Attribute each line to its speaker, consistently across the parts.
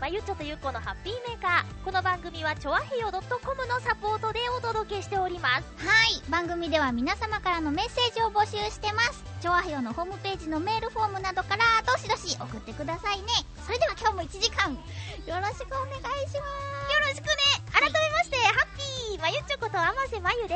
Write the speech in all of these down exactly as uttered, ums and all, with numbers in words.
Speaker 1: ゆっちょとゆっこのハッピーメーカー。この番組はチョアヘヨ .com のサポートでお届けしております。
Speaker 2: はい、番組では皆様からのメッセージを募集してます。チョアヘヨのホームページのメールフォームなどからどしどし送ってくださいね。それでは今日もいちじかんよろしくお願いします。よ
Speaker 1: ろしくね。改めまして、ハッピーまゆっちょことあませまゆです。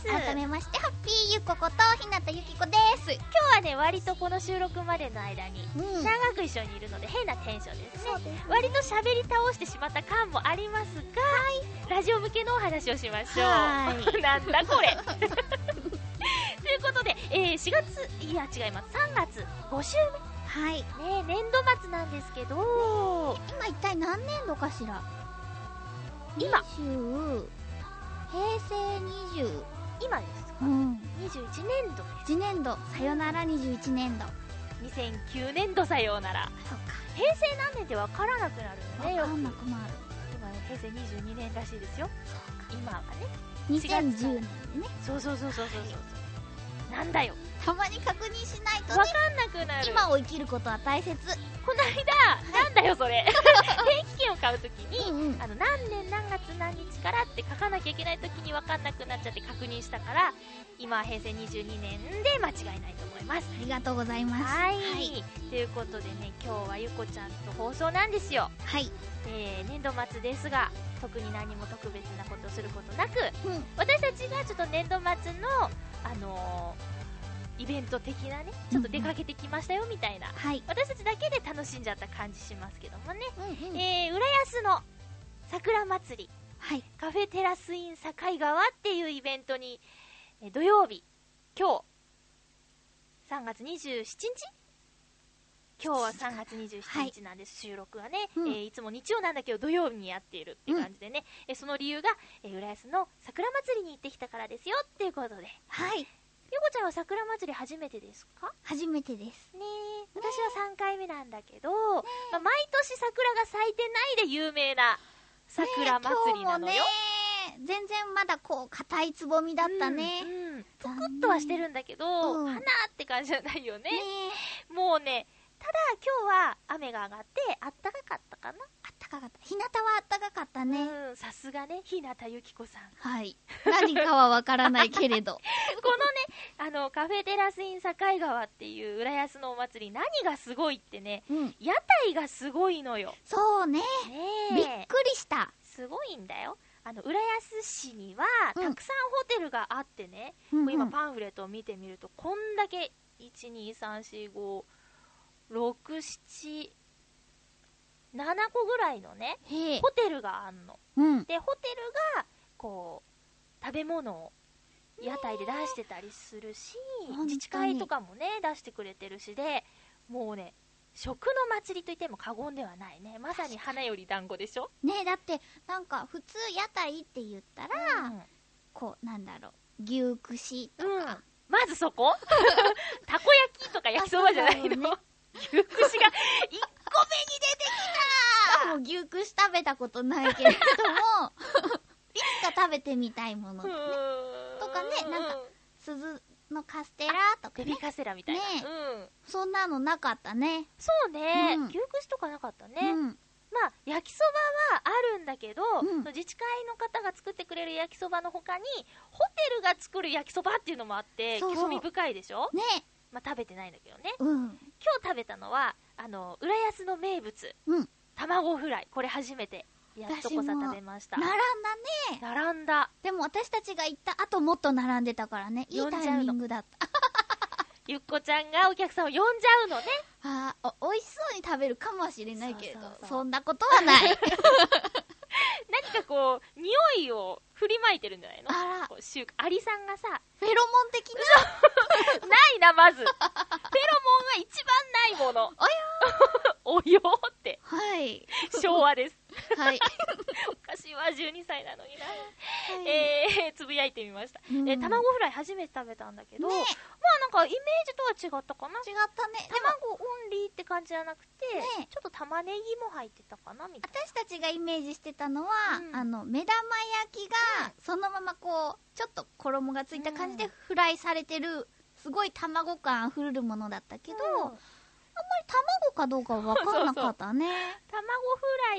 Speaker 2: 改めまして、ハッピーゆっこことひなたゆきこです。
Speaker 1: 今日はね、割とこの収録までの間に、うん、長く一緒にいるので変なテンションですね。そうですね。割と喋り倒してしまった感もありますが、はい、ラジオ向けのお話をしましょう。はい。なんだこれ。ということで、えー、しがつ、いや違います、さんがつごしゅうめ。はい。ね、年度末なんですけど、
Speaker 2: ね、今一体何年度かしら。
Speaker 1: 今。
Speaker 2: にじゅう、へいせいにじゅう。
Speaker 1: 今ですか、
Speaker 2: うん、
Speaker 1: にじゅういちねんどです。
Speaker 2: いちねんど、さよならにじゅういちねんど。
Speaker 1: にせんきゅうねんどさようなら。
Speaker 2: そっか。
Speaker 1: 平成何年って分からなくなるよね。
Speaker 2: 分かんなくなる。
Speaker 1: 今平成にじゅうにねんらしいですよ。そうか。今はね。
Speaker 2: にせんじゅうねんでね。
Speaker 1: そうそうそうそうそうそう。はい、なんだよ。
Speaker 2: たまに確認しないとね。
Speaker 1: 分かんなくなる。
Speaker 2: 今を生きることは大切。
Speaker 1: この間、なんだよそれ。定期券を買うときに、うんうん、あの何年何月何日からって書かなきゃいけないときに分かんなくなっちゃって確認したから、今は平成にじゅうにねんで間違いないと思います。
Speaker 2: ありがとうございます。
Speaker 1: はい。はい、ということでね、今日はゆこちゃんと放送なんですよ。
Speaker 2: はい。
Speaker 1: えー、年度末ですが、特に何も特別なことをすることなく、うん、私たちがちょっと年度末の、あのー、イベント的なね、ちょっと出かけてきましたよみたいな、うんうん、私たちだけで楽しんじゃった感じしますけどもね、うんうん、えー、浦安の桜祭り、はい、カフェテラスイン境川っていうイベントに、えー、土曜日、今日さんがつにじゅうしちにち、今日はさんがつにじゅうしちにちなんです、はい、収録はね、うん、えー、いつも日曜なんだけど土曜日にやっているっていう感じでね、うん、えー、その理由が、えー、浦安の桜祭りに行ってきたからですよっていうことで、はい。ゆこちゃんは桜祭り初めてですか？
Speaker 2: 初めてです。
Speaker 1: ねえ、私はさんかいめなんだけど、まあ、毎年桜が咲いてないで有名な桜祭りなのよ。
Speaker 2: ね、全然まだこう硬いつぼみだったね。
Speaker 1: うんうん、ぷくっとはしてるんだけど、うん、花って感じじゃないよね。ね、もうね、ただ今日は雨が上がってあったかかったかな。
Speaker 2: あったかかった。日向はあったかかったね。
Speaker 1: うん、さすがね、日向ゆきこさん。
Speaker 2: はい。何かはわからないけれど。こ
Speaker 1: のね、あの、カフェテラスイン境川っていう浦安のお祭り、何がすごいってね、うん、屋台がすごいのよ。
Speaker 2: そうね。ね、びっくりした。
Speaker 1: すごいんだよ。あの、浦安市には、たくさんホテルがあってね、うん、今パンフレットを見てみると、こんだけ、いち、に、さん、し、ご、ろく、なな、ななこぐらいのね、ホテルがあんの。うん、で、ホテルが、こう、食べ物を屋台で出してたりするし、自治会とかもね、出してくれてるしで、もうね、食の祭りといっても過言ではないね。まさに花より団子でしょ。
Speaker 2: ね、だって、なんか、普通屋台って言ったら、うん、こう、なんだろう、牛串とか。うん、
Speaker 1: まずそこたこ焼きとか焼きそばじゃないの。牛串がいっこめに出てきた。
Speaker 2: もう牛串食べたことないけれどもいつか食べてみたいもの、ね、とかね、なんか鈴のカステラとか、ね、
Speaker 1: ベビーカステラみたいな、ね、
Speaker 2: うん、そんなのなかったね。
Speaker 1: そうね、うん、牛串とかなかったね、うん、まあ焼きそばはあるんだけど、うん、自治会の方が作ってくれる焼きそばの他にホテルが作る焼きそばっていうのもあって、そうそう、興味深いでしょね。まあ、食べてないんだけどね、うん、今日食べたのはあの浦安の名物、うん、卵フライ。これ初めてやっとこさ食べました。
Speaker 2: 並んだね。
Speaker 1: 並んだ。
Speaker 2: でも私たちが行った後もっと並んでたからね、いいタイミングだった
Speaker 1: ゆっこちゃんがお客さんを呼んじゃうのね。
Speaker 2: ああ、お美味しそうに食べるかもしれないけれど、そうそうそう、そんなことはない
Speaker 1: 何かこう匂いを振りまいてるんじゃないの。あら、こうアリさんがさ、
Speaker 2: フェロモン的
Speaker 1: なないな、まずフェロモンは一番ないもの。
Speaker 2: およ
Speaker 1: およって、
Speaker 2: はい、
Speaker 1: 昭和です
Speaker 2: はい、
Speaker 1: 私はじゅうにさいなのにな、はい、えー、つぶやいてみました、うん、え卵フライ初めて食べたんだけど、ね、まあなんかイメージとは違ったかな。
Speaker 2: 違ったね。
Speaker 1: 卵オンリーって感じじゃなくて、ね、ちょっと玉ねぎも入ってたかなみたいな。
Speaker 2: 私たちがイメージしてたのは、うん、あの目玉焼きがそのままこうちょっと衣がついた感じでフライされてる、すごい卵感あふれるものだったけど、うん、あんまり卵かどうかは分かんなかったね。
Speaker 1: そうそうそう、卵フライ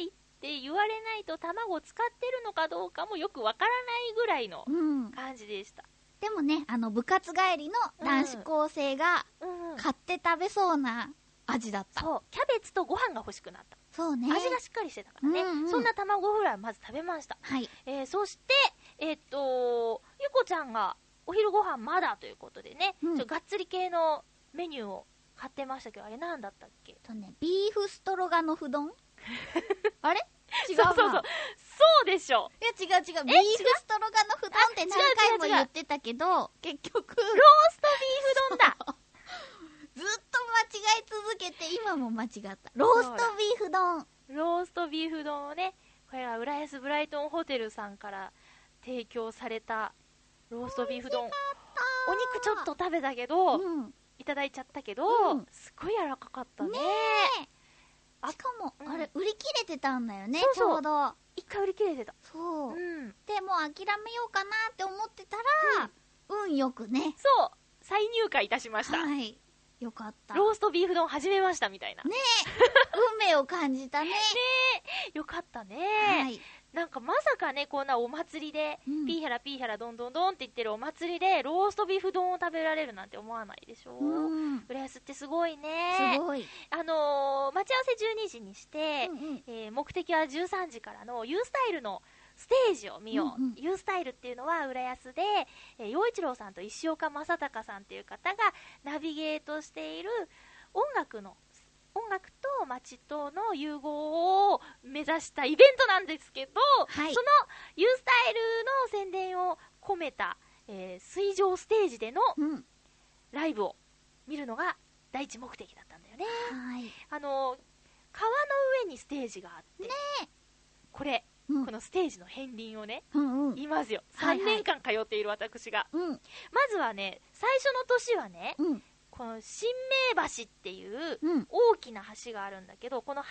Speaker 1: って言われないと卵を使ってるのかどうかもよくわからないぐらいの感じでした、うん、
Speaker 2: でもね、あの部活帰りの男子高生が買って食べそうな味だった、
Speaker 1: うんうん、そう、キャベツとご飯が欲しくなった。
Speaker 2: そうね、
Speaker 1: 味がしっかりしてたからね、うんうん、そんな卵フライをまず食べました、
Speaker 2: はい、
Speaker 1: えー、そしてえー、っとゆこちゃんがお昼ご飯まだということでね、うん、ちょがっつり系のメニューを買ってましたけど、あれなんだったっけ。
Speaker 2: とね、ビーフストロガノフ丼あれ違うな。
Speaker 1: そうそうそう、そうでしょ。
Speaker 2: いや違う違う、ビーフストロガノフ丼って何回も言ってたけど、結局ローストビー
Speaker 1: フ丼だ
Speaker 2: ずっと間違い続けて今も間違った。ローストビーフ丼、
Speaker 1: ローストビーフ丼をね、これは浦安ブライトンホテルさんから提供されたローストビーフ丼。お肉ちょっと食べたけど、うん、いただいちゃったけど、うん、すっごい柔らかかったね。ね
Speaker 2: え、しかも、うん、あれ売り切れてたんだよね。そうそう、ちょうど
Speaker 1: 一回売り切れてた。
Speaker 2: そう、うん、でもう諦めようかなって思ってたら、うん、運よくね、
Speaker 1: そう再入荷いたしました。
Speaker 2: はい、よかった。
Speaker 1: ローストビーフ丼始めましたみたいな
Speaker 2: ねえ運命を感じたね。ね
Speaker 1: え、よかったね。
Speaker 2: はい、なん
Speaker 1: かまさかね、こんなお祭りで、うん、ピーヒャラピーヒャラどんどんどんって言ってるお祭りでローストビーフ丼を食べられるなんて思わないでしょ。うん、浦安ってすごいね。
Speaker 2: すごい。
Speaker 1: あのー、待ち合わせじゅうにじにして、うんうん、えー、目的はじゅうさんじからの U スタイルのステージを見よう、うんうん、U スタイルっていうのは浦安で、えー、陽一郎さんと石岡正隆さんっていう方がナビゲートしている音楽の音楽と街との融合を目指したイベントなんですけど、はい、その U スタイルの宣伝を込めた、えー、水上ステージでのライブを見るのが第一目的だったんだよね。
Speaker 2: はい、
Speaker 1: あの川の上にステージがあって、ね、これ、うん、このステージの片鱗をね、
Speaker 2: うんうん、
Speaker 1: 言いますよ。さんねんかん通っている私が、
Speaker 2: はいはい、
Speaker 1: まずはね、最初の年はね、うん、この新名橋っていう大きな橋があるんだけど、うん、この橋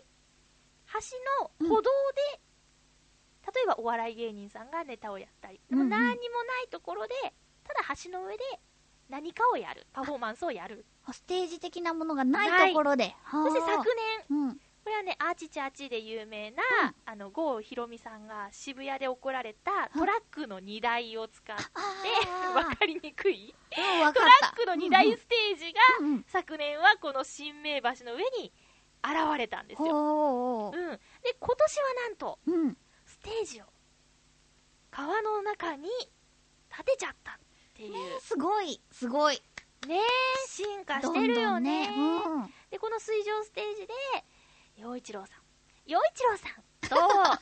Speaker 1: 橋の歩道で、うん、例えばお笑い芸人さんがネタをやったり、でも何にもないところで、ただ橋の上で何かをやる、パフォーマンスをやる、
Speaker 2: ステージ的なものがないところで、
Speaker 1: そして昨年、
Speaker 2: うん、
Speaker 1: これはね、アーチチャーチで有名な、うん、あの郷ひろみさんが渋谷で怒られたトラックの荷台を使って、わかりにくい、トラックの荷台ステージが、うんうん、昨年はこの新名橋の上に現れたんですよ。うん、で今年はなんと、うん、ステージを川の中に建てちゃったっていう、ね、
Speaker 2: すごいすごい
Speaker 1: ね、進化してるよね。
Speaker 2: どんどんね、うん、
Speaker 1: でこの水上ステージで陽一郎さん陽一郎さん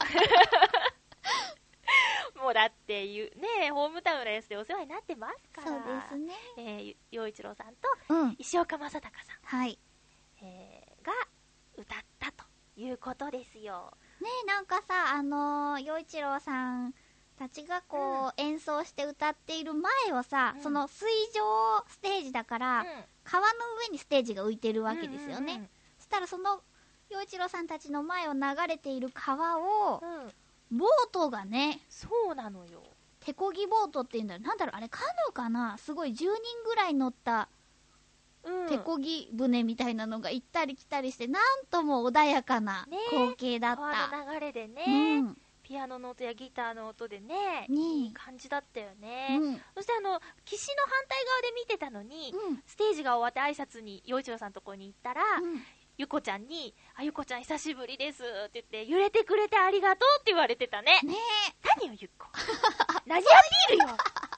Speaker 1: ともうだっていうね、ホームタウン浦安でお世話になってますから。
Speaker 2: そうですね、
Speaker 1: えー、陽一郎さんと石岡正隆さん、
Speaker 2: はい、
Speaker 1: えー、が歌ったということですよ。
Speaker 2: ねえ、なんかさ、あの陽一郎さんたちがこう、うん、演奏して歌っている前をさ、うん、その水上ステージだから、うん、川の上にステージが浮いてるわけですよね、うんうんうん、そしたらその陽一郎さんたちの前を流れている川を、うん、ボートがね、
Speaker 1: そうなのよ、
Speaker 2: 手漕ぎボートっていうんだろう、なんだろう、あれカヌーかな、すごいじゅうにんぐらい乗った手漕ぎ船みたいなのが行ったり来たりして、なんとも穏やかな光景だった、
Speaker 1: ね、川の流れでね、うん、ピアノの音やギターの音で ね, ねいい感じだったよね、うん、そしてあの岸の反対側で見てたのに、うん、ステージが終わって挨拶に陽一郎さんのとこに行ったら、うん、ゆこちゃんに、あ、ゆこちゃん久しぶりですって言って、揺れてくれてありがとうって言われてたね。
Speaker 2: ねえ、
Speaker 1: 何よゆっこ何アピールよ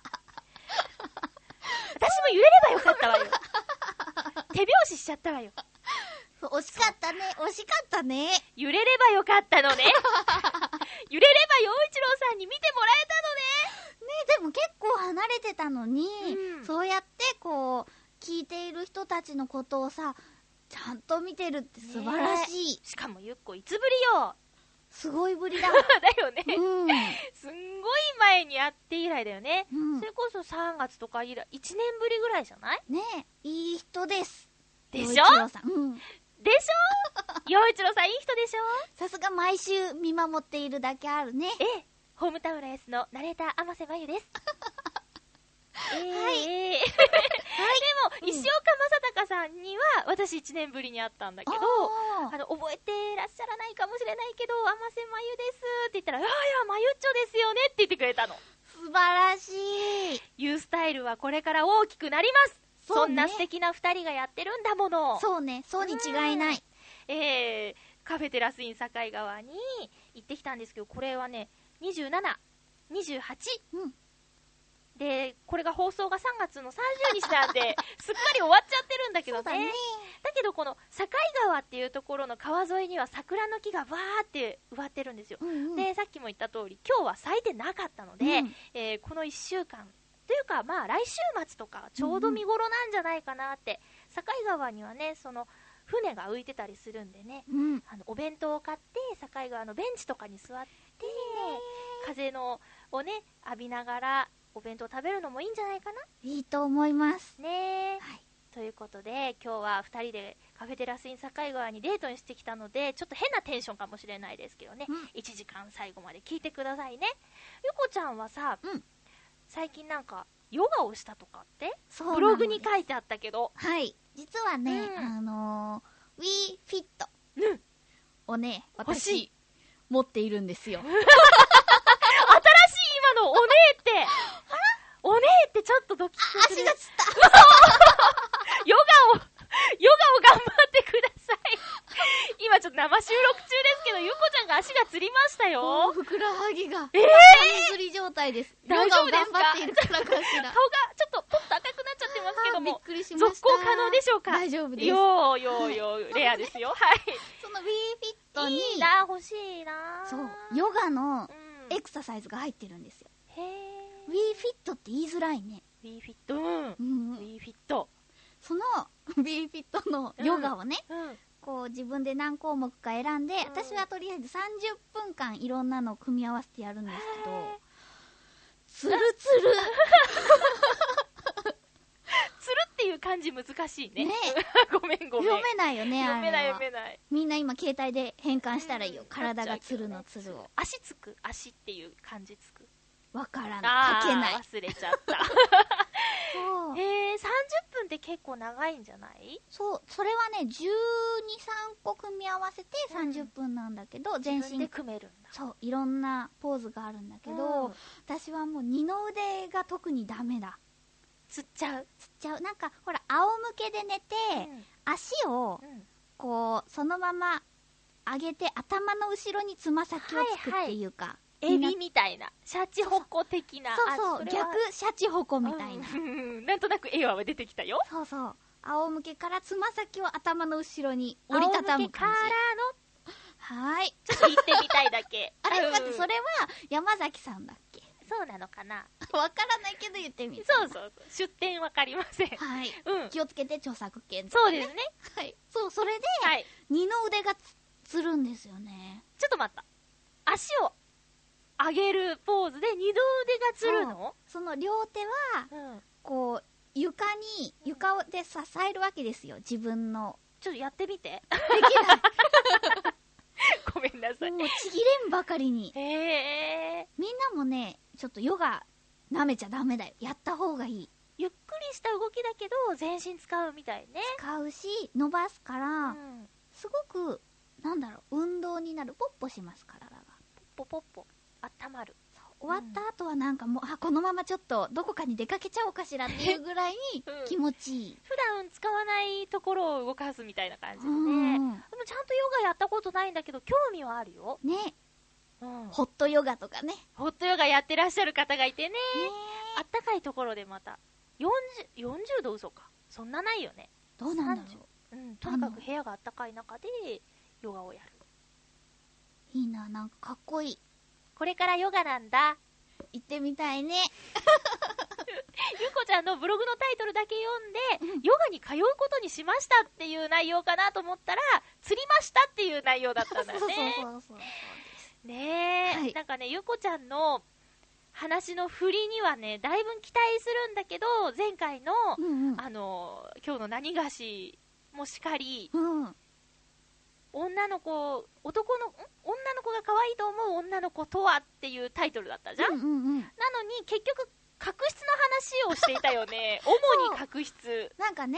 Speaker 1: 私も揺れればよかったわよ手拍子しちゃったわよ。
Speaker 2: 惜しかったね、惜しかったね。
Speaker 1: 揺れればよかったのね揺れれば陽一郎さんに見てもらえたのね。
Speaker 2: ね、でも結構離れてたのに、うん、そうやってこう聞いている人たちのことをさ、ちゃんと見てるって素晴らしい、
Speaker 1: ね、しかもゆっこいつぶりよ。
Speaker 2: すごいぶりだ
Speaker 1: だよね、うん、すんごい前にやって以来だよね、うん、それこそさんがつとか以来いちねんぶりぐらいじゃない
Speaker 2: ね。いい人です
Speaker 1: でしょ、
Speaker 2: 陽一郎さん、うん、
Speaker 1: でしょ陽一郎さんいい人でしょ。
Speaker 2: さすが毎週見守っているだけあるね。
Speaker 1: ええ、ホームタウン浦安のナレーター天瀬まゆですえー、
Speaker 2: はい、
Speaker 1: えー、はい、でも、うん、石岡正隆ささんには私いちねんぶりに会ったんだけど、あの覚えてらっしゃらないかもしれないけど、甘瀬まゆですって言ったら、いやいやまゆっちょですよねって言ってくれたの。
Speaker 2: 素晴らしい。
Speaker 1: ユースタイルはこれから大きくなります。 そ,、ね、そんな素敵なふたりがやってるんだもの。
Speaker 2: そうね、そうに違いない。
Speaker 1: えー、カフェテラスイン境川に行ってきたんですけど、これはねにじゅうなな、にじゅうはち、うん、でこれが放送がさんがつのさんじゅうにちなんですっかり終わっちゃってるんだけど ね, だ, ねだけどこの境川っていうところの川沿いには桜の木がわーって植わってるんですよ、うんうん、でさっきも言った通り今日は咲いてなかったので、うん、えー、このいっしゅうかんというかまあ来週末とかちょうど見頃なんじゃないかなって、うんうん、境川にはねその船が浮いてたりするんでね、うん、あのお弁当を買って境川のベンチとかに座って風のをね浴びながらお弁当食べるのもいいんじゃないかな。
Speaker 2: いいと思います
Speaker 1: ね、はい、ということで今日はふたりでカフェテラスイン境川にデートにしてきたのでちょっと変なテンションかもしれないですけどね、うん、いちじかん最後まで聞いてくださいね。ゆこちゃんはさ、うん、最近なんかヨガをしたとかってブログに書いてあったけど、
Speaker 2: はい、実はね、うん、あのー、Wii Fit をね、
Speaker 1: うん、私欲しい
Speaker 2: 持っているんですよ
Speaker 1: 新しい今のお姉ってお姉ってちょっとドキッとする。
Speaker 2: 足がつった
Speaker 1: ヨガをヨガを頑張ってください今ちょっと生収録中ですけどゆこちゃんが足がつりましたよ。
Speaker 2: ふくらはぎが
Speaker 1: えー
Speaker 2: つり状態です。
Speaker 1: 大丈夫ですか。
Speaker 2: ヨガを頑張っているからかしら。顔が
Speaker 1: ちょっとポッと赤くなっちゃってますけども、
Speaker 2: びっくりしました。
Speaker 1: 続行可能でしょうか。
Speaker 2: 大丈夫です。
Speaker 1: よーよーよーレアですよはい。
Speaker 2: その Wii Fit に
Speaker 1: いいな、欲しいな。
Speaker 2: そうヨガのエクササイズが入ってるんですよ。
Speaker 1: へー。
Speaker 2: Wii Fit って言いづらいね。
Speaker 1: Wii Fit、うん、うん、Wii Fit。
Speaker 2: その Wii Fit のヨガをね、うんうん、こう自分で何項目か選んで、うん、私はとりあえずさんじゅっぷんかんいろんなのを組み合わせてやるんですけど、つるつる
Speaker 1: つるっていう漢字難しいね。ねごめんごめん。
Speaker 2: 読めないよね。
Speaker 1: 読めない読めない。
Speaker 2: みんな今携帯で変換したらいいよ。うん、体がつるのつるを。
Speaker 1: 足つく足っていう漢字つく。
Speaker 2: わからない。書けない。
Speaker 1: 忘れちゃった。そう。えー、さんじゅっぷんって結構長いんじゃない？
Speaker 2: そう、それはね、じゅうに、さんこ組み合わせてさんじゅっぷんなんだけど、うん、全身
Speaker 1: 自分で組めるんだ。
Speaker 2: そう、いろんなポーズがあるんだけど、うん、私はもう二の腕が特にダメだ。
Speaker 1: つっちゃう
Speaker 2: つっちゃう。なんか、ほら、仰向けで寝て、うん、足を、うん、こう、そのまま上げて、頭の後ろにつま先をつくっていうか、
Speaker 1: はいはい、エビみたいなシャチホコ的な。
Speaker 2: そうそうそう、逆シャチホコみたいな、
Speaker 1: うん、なんとなく絵は出てきたよ。
Speaker 2: そうそう、仰向けからつま先を頭の後ろに折りたたむ感じ。仰向けからの、はい、
Speaker 1: ちょっと言ってみたいだけ
Speaker 2: あれ待って、それは山崎さんだっけ。
Speaker 1: そうなのかな
Speaker 2: わからないけど言ってみる。
Speaker 1: そうそうそう、出典わかりません。
Speaker 2: はい、うん、気をつけて著作権
Speaker 1: とか、ね、そうですね。
Speaker 2: はい、そう、それで、はい、二の腕が つ, つるんですよね。
Speaker 1: ちょっと待った、足を上げるポーズで二の腕がつるの？
Speaker 2: そ, その両手は、うん、こう床に床で支えるわけですよ、自分の。
Speaker 1: ちょっとやってみて。
Speaker 2: できない
Speaker 1: ごめんなさい。
Speaker 2: もうちぎれんばかりに。
Speaker 1: へー。
Speaker 2: みんなもね、ちょっとヨガ舐めちゃダメだよ。やった方がいい。
Speaker 1: ゆっくりした動きだけど全身使うみたいね。
Speaker 2: 使うし伸ばすから、うん、すごくなんだろう、運動になる。ポッポします、体が。
Speaker 1: ポッポポッポ温まる。
Speaker 2: 終わった後はなんかもう、うん、あ、このままちょっとどこかに出かけちゃおうかしらっていうぐらい気持ちいい、うん、
Speaker 1: 普段使わないところを動かすみたいな感じでね、うん、でもちゃんとヨガやったことないんだけど興味はあるよ
Speaker 2: ね、うん、ホットヨガとかね。
Speaker 1: ホットヨガやってらっしゃる方がいてね、あったかいところでまたよんじゅう、よんじゅうど嘘か、そんなないよね。
Speaker 2: どうなんだろ
Speaker 1: う、うん、とにかく部屋があったかい中でヨガをやる。
Speaker 2: いいな、なんかかっこいい。
Speaker 1: これからヨガなんだ。
Speaker 2: 行ってみたいね。
Speaker 1: ゆこちゃんのブログのタイトルだけ読んで、うん、ヨガに通うことにしましたっていう内容かなと思ったら、釣りましたっていう内容だったんだよね。
Speaker 2: そうそうそうそう
Speaker 1: ねえ、はい、なんかね、ゆこちゃんの話の振りにはね、だいぶ期待するんだけど、前回の、うんうん、あの今日の何がしもしかり、うん、女の子、男の、女の子が可愛いと思う女の子とはっていうタイトルだったじゃん、うんうんうん、なのに結局、角質の話をしていたよね。主に角質。
Speaker 2: なんかね、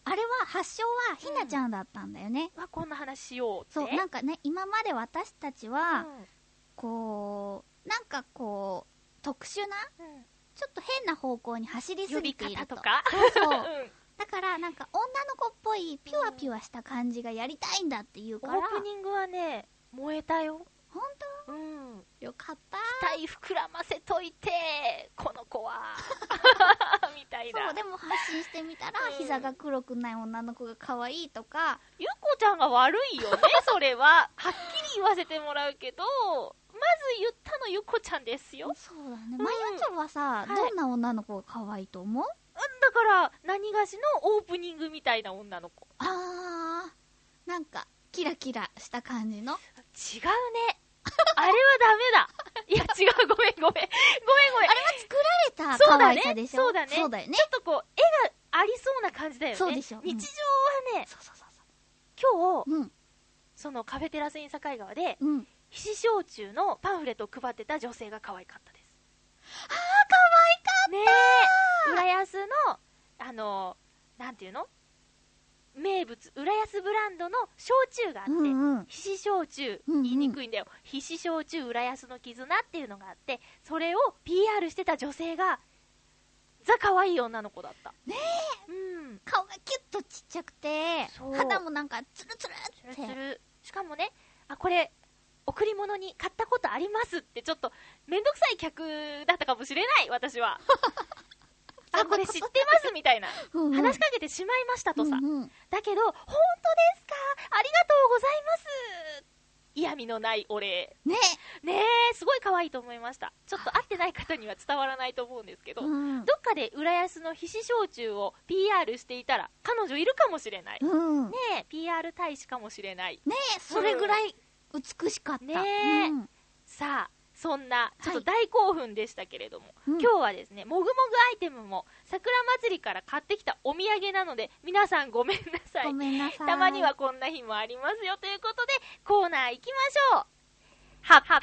Speaker 2: あれは発祥はひなちゃんだったんだよね。
Speaker 1: わ、こんな話しようって。
Speaker 2: そう、なんかね、今まで私たちは、
Speaker 1: うん、
Speaker 2: こう、なんかこう、特殊な、
Speaker 1: うん、
Speaker 2: ちょっと変な方向に走りすぎていると。
Speaker 1: 呼び方とか
Speaker 2: そうそう。
Speaker 1: うん、
Speaker 2: だからなんか女の子っぽいピュアピュアした感じがやりたいんだっていうから、
Speaker 1: オープニングはね、燃えたよ。
Speaker 2: ほんと？
Speaker 1: うん。
Speaker 2: よかった。
Speaker 1: 期待膨らませといて、この子は。みたいな。
Speaker 2: そう、でも発信してみたら、
Speaker 1: うん、
Speaker 2: 膝が黒くない女の子が可愛いとか。
Speaker 1: ゆこちゃんが悪いよね、それは。はっきり言わせてもらうけど、まず言ったのゆこちゃんですよ。
Speaker 2: そうだね。まゆちょはさ、
Speaker 1: はい、
Speaker 2: どんな女の子が可愛いと思う？
Speaker 1: だから、何がしのオープニングみたいな女の子。
Speaker 2: あー、なんか、キラキラした感じの。
Speaker 1: 違うね。あれはダメだ。いや、違う、ごめん、ごめん。ごめん、ごめん。
Speaker 2: あれは作られた可愛さでしょ？
Speaker 1: そうだね。
Speaker 2: そうだよね。
Speaker 1: ちょっとこう、絵がありそうな感じだよね。
Speaker 2: そうでしょ。うん、
Speaker 1: 日常はね、
Speaker 2: そうそうそうそう。
Speaker 1: 今日、
Speaker 2: うん、そ
Speaker 1: のカフェテラスイン境川で、
Speaker 2: うん、
Speaker 1: ひし焼酎のパンフレットを配ってた女性が可愛かったです。
Speaker 2: あー、可愛かったー。
Speaker 1: ねえ、浦安の、あの、なんていうの？名物、浦安ブランドの焼酎があって、
Speaker 2: うんうん、
Speaker 1: ひし焼酎、
Speaker 2: うんうん、
Speaker 1: 言いにくいんだよ。ひし焼酎浦安の絆っていうのがあって、それを ピーアール してた女性が、ザ可愛い女の子だった。
Speaker 2: ねえ、
Speaker 1: うん。
Speaker 2: 顔がキュッとちっちゃくて、肌もなんかツルツルって。
Speaker 1: ツルツル。しかもね、あ、これ、贈り物に買ったことありますって、ちょっと、めんどくさい客だったかもしれない、私は。あ、これ知ってますみたいな。うんうん、話しかけてしまいましたとさ。うんうん、だけど、本当ですか？ありがとうございます。嫌味のないお礼。
Speaker 2: ね
Speaker 1: え。ねえ、すごい可愛いと思いました。ちょっと会ってない方には伝わらないと思うんですけど、うん、どっかで浦安のひし焼酎を ピーアール していたら、彼女いるかもしれない。うん、ねえ、ピーアール 大使かもしれない。
Speaker 2: ねえ、それぐらい美しかった。
Speaker 1: ねえ、うん、さあ、そんな、ちょっと大興奮でしたけれども、はい、今日はですね、もぐもぐアイテムも、桜祭りから買ってきたお土産なので、皆さんごめんなさい。
Speaker 2: ごめんなさい。
Speaker 1: たまにはこんな日もありますよということで、コーナー行きましょう。ハッピーも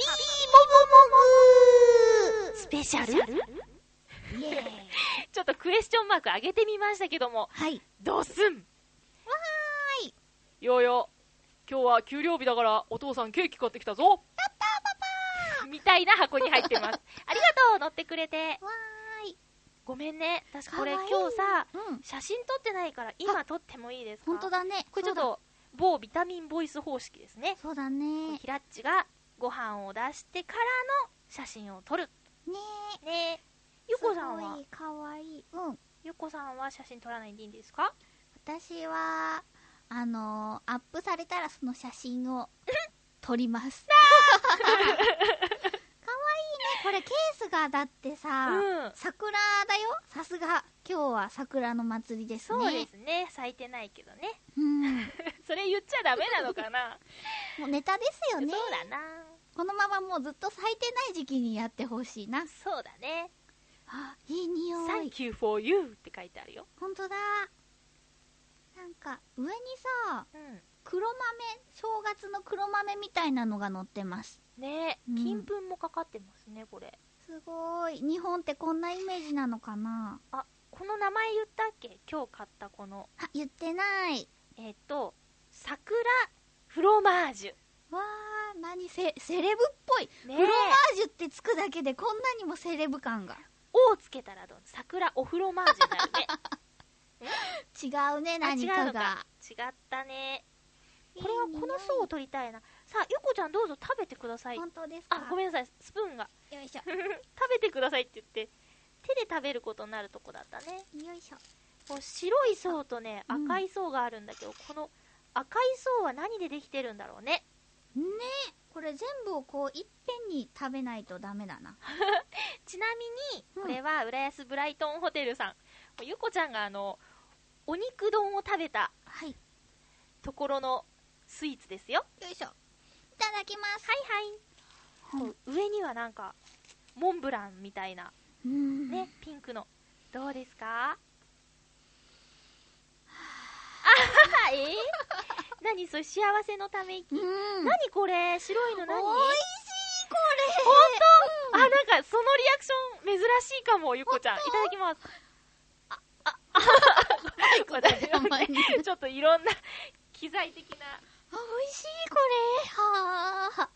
Speaker 1: ぐもぐスペシャルイエーイちょっとクエスチョンマーク上げてみましたけども、
Speaker 2: はい。
Speaker 1: ドスン。わ
Speaker 2: ーい。
Speaker 1: よーよ、今日は給料日だからお父さんケーキ買ってきたぞ。や
Speaker 2: ったーパパ
Speaker 1: ーみたいな箱に入ってます。ありがとう、乗ってくれて。
Speaker 2: わーい。
Speaker 1: ごめんね、私これ今日さ、
Speaker 2: うん、
Speaker 1: 写真撮ってないから今撮ってもいいですか？
Speaker 2: ほんとだね。
Speaker 1: これちょっと某ビタミンボイス方式ですね。
Speaker 2: そうだね。
Speaker 1: ひらっちがご飯を出してからの写真を撮る。
Speaker 2: ね
Speaker 1: え。ねえ。ゆこさんは？
Speaker 2: すごいかわいい。うん。
Speaker 1: ゆこさんは写真撮らないでいいんですか？
Speaker 2: 私は、あのー、アップされたらその写真を撮ります。かわいいね。これケースがだってさ、うん、桜だよ。さすが今日は桜の祭りですね。
Speaker 1: そうですね。咲いてないけどね。
Speaker 2: うん。
Speaker 1: それ言っちゃダメなのかな。
Speaker 2: もうネタですよね。
Speaker 1: そうだな。
Speaker 2: このままもうずっと咲いてない時期にやってほしいな。
Speaker 1: そうだね。
Speaker 2: あ、いい匂い。
Speaker 1: Thank you for you って書いてあるよ。
Speaker 2: ほんとだ。なんか上にさ、
Speaker 1: うん、
Speaker 2: 黒豆、正月の黒豆みたいなのが乗ってます。
Speaker 1: ねえ、うん、金粉もかかってますね、これ。
Speaker 2: すごーい。日本ってこんなイメージなのかな。
Speaker 1: あ、この名前言ったっけ？今日買ったこの。
Speaker 2: あ、言ってない。
Speaker 1: えっと、桜フロマージュ。
Speaker 2: わー、なにセ、セレブっぽい。フロマージュってつくだけでこんなにもセレブ感が。
Speaker 1: おをつけたらどう？桜おフロマージュになるね。
Speaker 2: 違うね、何かが。
Speaker 1: 違ったね。これはこの層を取りたいな。さあ、ゆこちゃんどうぞ食べてください。
Speaker 2: 本当ですか？
Speaker 1: あ、ごめんなさい、スプーンが。
Speaker 2: よいしょ。
Speaker 1: 食べてくださいって言って、手で食べることになるとこだったね。
Speaker 2: よいしょ。
Speaker 1: こう白い層とね、赤い層があるんだけど、うん、この赤い層は何でできてるんだろうね。
Speaker 2: ねえ、これ全部をこういっぺんに食べないとダメだな。
Speaker 1: ちなみに、これは浦安ブライトンホテルさん。うん、ゆこちゃんがあの、お肉丼を食べた、
Speaker 2: はい、
Speaker 1: ところのスイーツですよ。
Speaker 2: よいしょ。いただきます。
Speaker 1: はいはい。うん、上にはなんか、モンブランみたいな、ね、ピンクの。どうですか？あえー、何それ、幸せのため息。何これ、白いの何？
Speaker 2: おいしいこれ。
Speaker 1: ほんと？あ、なんかそのリアクション珍しいかも、ゆこちゃん。いただきます。あ、あ、あ
Speaker 2: ばいことでたまに。
Speaker 1: ちょっといろんな機材的な。
Speaker 2: あ、美味しい、これ。はぁ。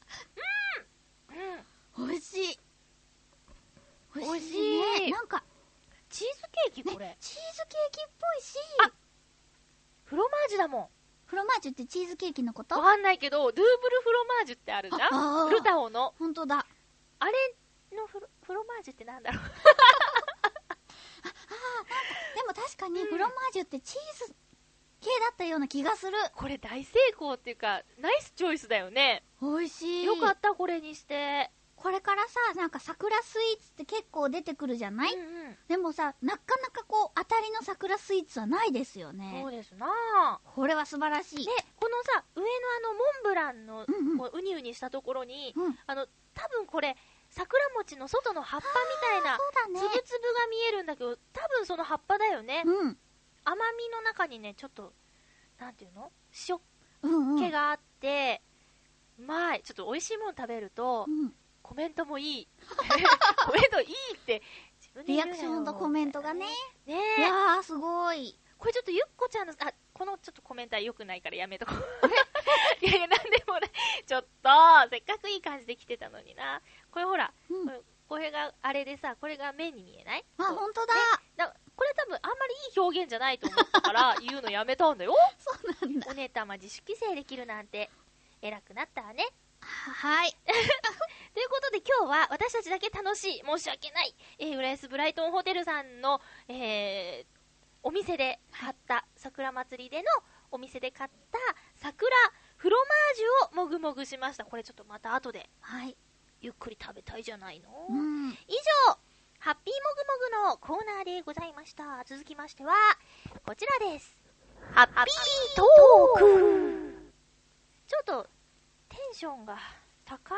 Speaker 2: うん。美味しい。
Speaker 1: 美味しいね。
Speaker 2: なんか、
Speaker 1: チーズケーキこれ、
Speaker 2: ね。チーズケーキっぽいし。
Speaker 1: あ、フロマージュだもん。
Speaker 2: フロマージュってチーズケーキのこと？
Speaker 1: わかんないけど、ドゥーブルフロマージュってあるじゃん、ルタオの。
Speaker 2: ほんとだ。
Speaker 1: あれのフロ、フロマージュってなんだろう。あ
Speaker 2: あ、でも確かにフロマージュってチーズ系だったような気がする。
Speaker 1: これ大成功っていうか、ナイスチョイスだよね。
Speaker 2: 美味しい。
Speaker 1: よかった、これにして。
Speaker 2: これからさ、なんか桜スイーツって結構出てくるじゃない？うんうん、でもさ、なかなかこう当たりの桜スイーツはないですよね。
Speaker 1: そうですな。
Speaker 2: これは素晴らしい。
Speaker 1: で、このさ、上のあのモンブランの、うんうん、こうウニウニしたところに、うん、あの多分これ桜餅の外の葉っぱみたいなつぶつぶが見えるんだけど、多分その葉っぱだよね。うん、甘みの中にね、ちょっとなんていうの、塩気があって、うんうん、うまい。ちょっと美味しいもの食べると、うん、コメントもいい。コメントいいって自分で言うよ。
Speaker 2: リアクションとコメントがね。
Speaker 1: ね
Speaker 2: え。いやー、すごい。
Speaker 1: これちょっとゆっこちゃんの、あ、このちょっとコメントは良くないからやめとこう。いやいや、なんでもない。ちょっと、せっかくいい感じで来てたのにな。これほら、うん、これ、これがあれでさ、これが目に見えない？
Speaker 2: あ、ほんとだ。
Speaker 1: だこれ多分あんまりいい表現じゃないと思ったから言うのやめたんだよ。
Speaker 2: そうなんだ。
Speaker 1: お姉たま自主規制できるなんて偉くなったわね。
Speaker 2: はい。
Speaker 1: ということで今日は私たちだけ楽しい、申し訳ない、えー、浦安ブライトンホテルさんの、えー、お店で買った、はい、桜祭りでのお店で買った桜フロマージュをもぐもぐしました。これちょっとまた後で、はい、ゆっくり食べたいじゃないの。うん、以上、ハッピーもぐもぐのコーナーでございました。続きましてはこちらです。ハッピートーク。ちょっとテンションが高い。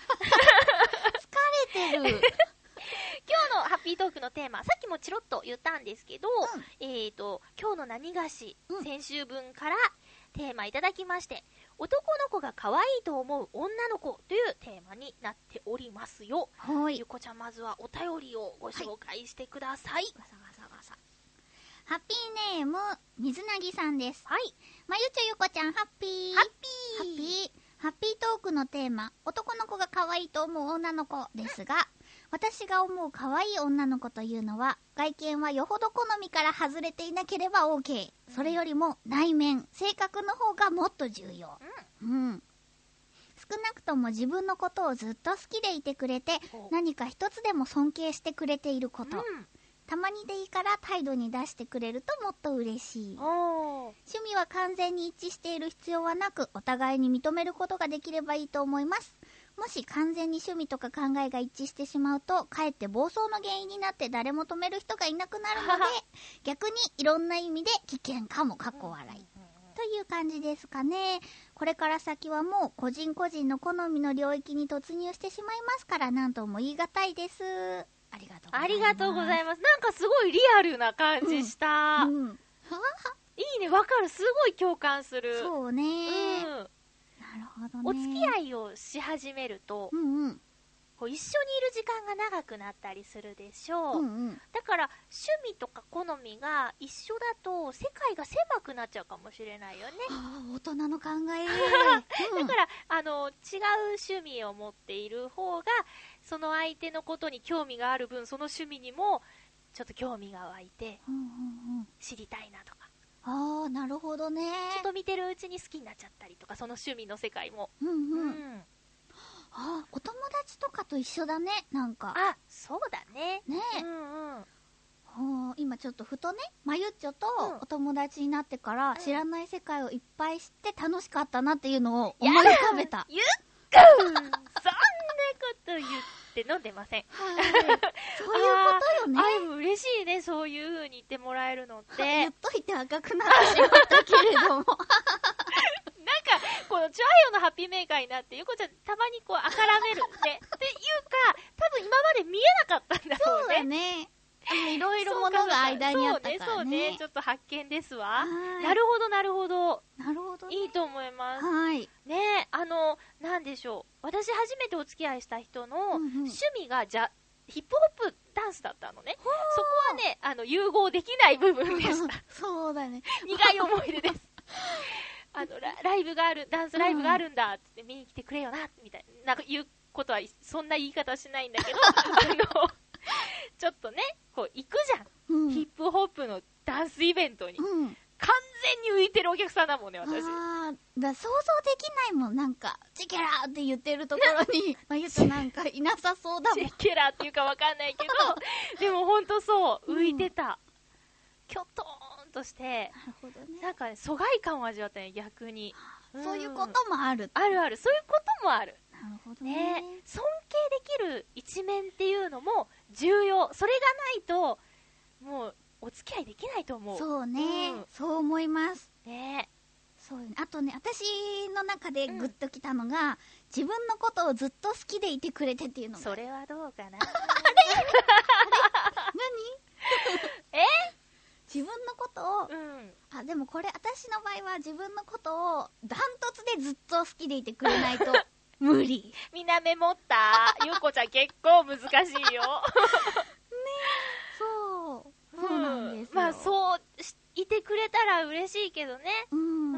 Speaker 2: 疲れてる。
Speaker 1: 今日のハッピートークのテーマ、さっきもチロッと言ったんですけど、うん、えーと、今日の何がし、うん、先週分からテーマいただきまして、男の子が可愛いと思う女の子というテーマになっておりますよ。はい。ゆこちゃん、まずはお便りをご紹介してください。はい、ガサガサガサ。
Speaker 2: ハッピーネーム、水なぎさんです。
Speaker 1: はい。
Speaker 2: まゆちょゆこちゃん、ハッピー。
Speaker 1: ハッピー。
Speaker 2: ハッピー。ハッピートークのテーマ、男の子が可愛いと思う女の子ですが、私が思う可愛い女の子というのは、外見はよほど好みから外れていなければ OK。それよりも内面、性格の方がもっと重要。うん。うん、少なくとも自分のことをずっと好きでいてくれて、何か一つでも尊敬してくれていること。うん、たまにでいいから態度に出してくれるともっと嬉しい。趣味は完全に一致している必要はなく、お互いに認めることができればいいと思います。もし完全に趣味とか考えが一致してしまうと、かえって暴走の原因になって誰も止める人がいなくなるので、逆にいろんな意味で危険かも、かっこ笑い。という感じですかね。これから先はもう個人個人の好みの領域に突入してしまいますから、なんとも言い難いです。ありがとうございます。
Speaker 1: ありがとうございます。なんかすごいリアルな感じした。うんうん、いいね、わかる。すごい共感する。
Speaker 2: そうね。うん。なるほどね。
Speaker 1: お付き合いをし始めると、うんうん、こう一緒にいる時間が長くなったりするでしょう。うんうん、だから趣味とか好みが一緒だと世界が狭くなっちゃうかもしれないよね。
Speaker 2: ああ、大人の考え。
Speaker 1: だからあの違う趣味を持っている方が、その相手のことに興味がある分、その趣味にもちょっと興味が湧いて、うんうんうん、知りたいなとか。
Speaker 2: ああ、なるほどね。
Speaker 1: ちょっと見てるうちに好きになっちゃったりとか、その趣味の世界も。うんうん。うん、
Speaker 2: あ、お友達とかと一緒だね、なんか。
Speaker 1: あ、そうだね。
Speaker 2: ねえ。うんうん。今ちょっとふとね、まゆっちょとお友達になってから、うん、知らない世界をいっぱい知って楽しかったなっていうのを思い浮かべた。
Speaker 1: ゆっくんそんなこと言って飲んでません。
Speaker 2: はい。そういうことよね。
Speaker 1: あ、でも嬉しいね、そういう風に言ってもらえるのって。
Speaker 2: 言っといて赤くなってしまったけれども。なんか、
Speaker 1: このチュアヨのハッピーメーカーになって、ゆこちゃんたまにこう、あからめるって。っていうか、多分今まで見えなかったんだろうね。
Speaker 2: そうだね。いろいろものが間にあったからね。
Speaker 1: そうね、そうね。ちょっと発見ですわ。なるほど、なるほど。
Speaker 2: なるほど、ね。
Speaker 1: いいと思います。
Speaker 2: はい。
Speaker 1: ねえ、あの、なんでしょう。私初めてお付き合いした人の趣味がじゃ、 ヒップホップダンスだったのね。そこはね、あの融合できない部分でした
Speaker 2: そうだね。
Speaker 1: 苦い思い出ですあの ラ, ライブがあるダンスライブがあるんだって見に来てくれよなみたいな、なんか言うことはそんな言い方はしないんだけどあのちょっとねこう行くじゃん、うん、ヒップホップのダンスイベントに、うん、完全に浮いてるお客さんだもんね、私。
Speaker 2: あー、だ想像できないもん、なんかチェケラーって言ってるところにまあ言うとなんかいなさそうだもん。
Speaker 1: チェケラーっていうかわかんないけどでもほんとそう浮いてた、うん、キョトーンとして、
Speaker 2: なるほどね、
Speaker 1: なんか、ね、疎外感を味わったね、逆に、
Speaker 2: うん、そういうこともある。
Speaker 1: あるある、そういうこともある。
Speaker 2: なるほど ね,
Speaker 1: ね。尊敬できる一面っていうのも重要。それがないともうお付き合いできないと思う。
Speaker 2: そうね、うん、そう思います
Speaker 1: ね。
Speaker 2: そうね。あとね、私の中でグッときたのが、うん、自分のことをずっと好きでいてくれてっていうのが。
Speaker 1: それはどうかな。あれ
Speaker 2: 何え自分のことを、うん、あ、でもこれ私の場合は自分のことをダントツでずっと好きでいてくれないと無理。
Speaker 1: みんなメモった。ゆうこちゃん結構難しいよ。ね、
Speaker 2: そう。そうなんですよ。
Speaker 1: まあそういてくれたら嬉しいけどね。うん。うん、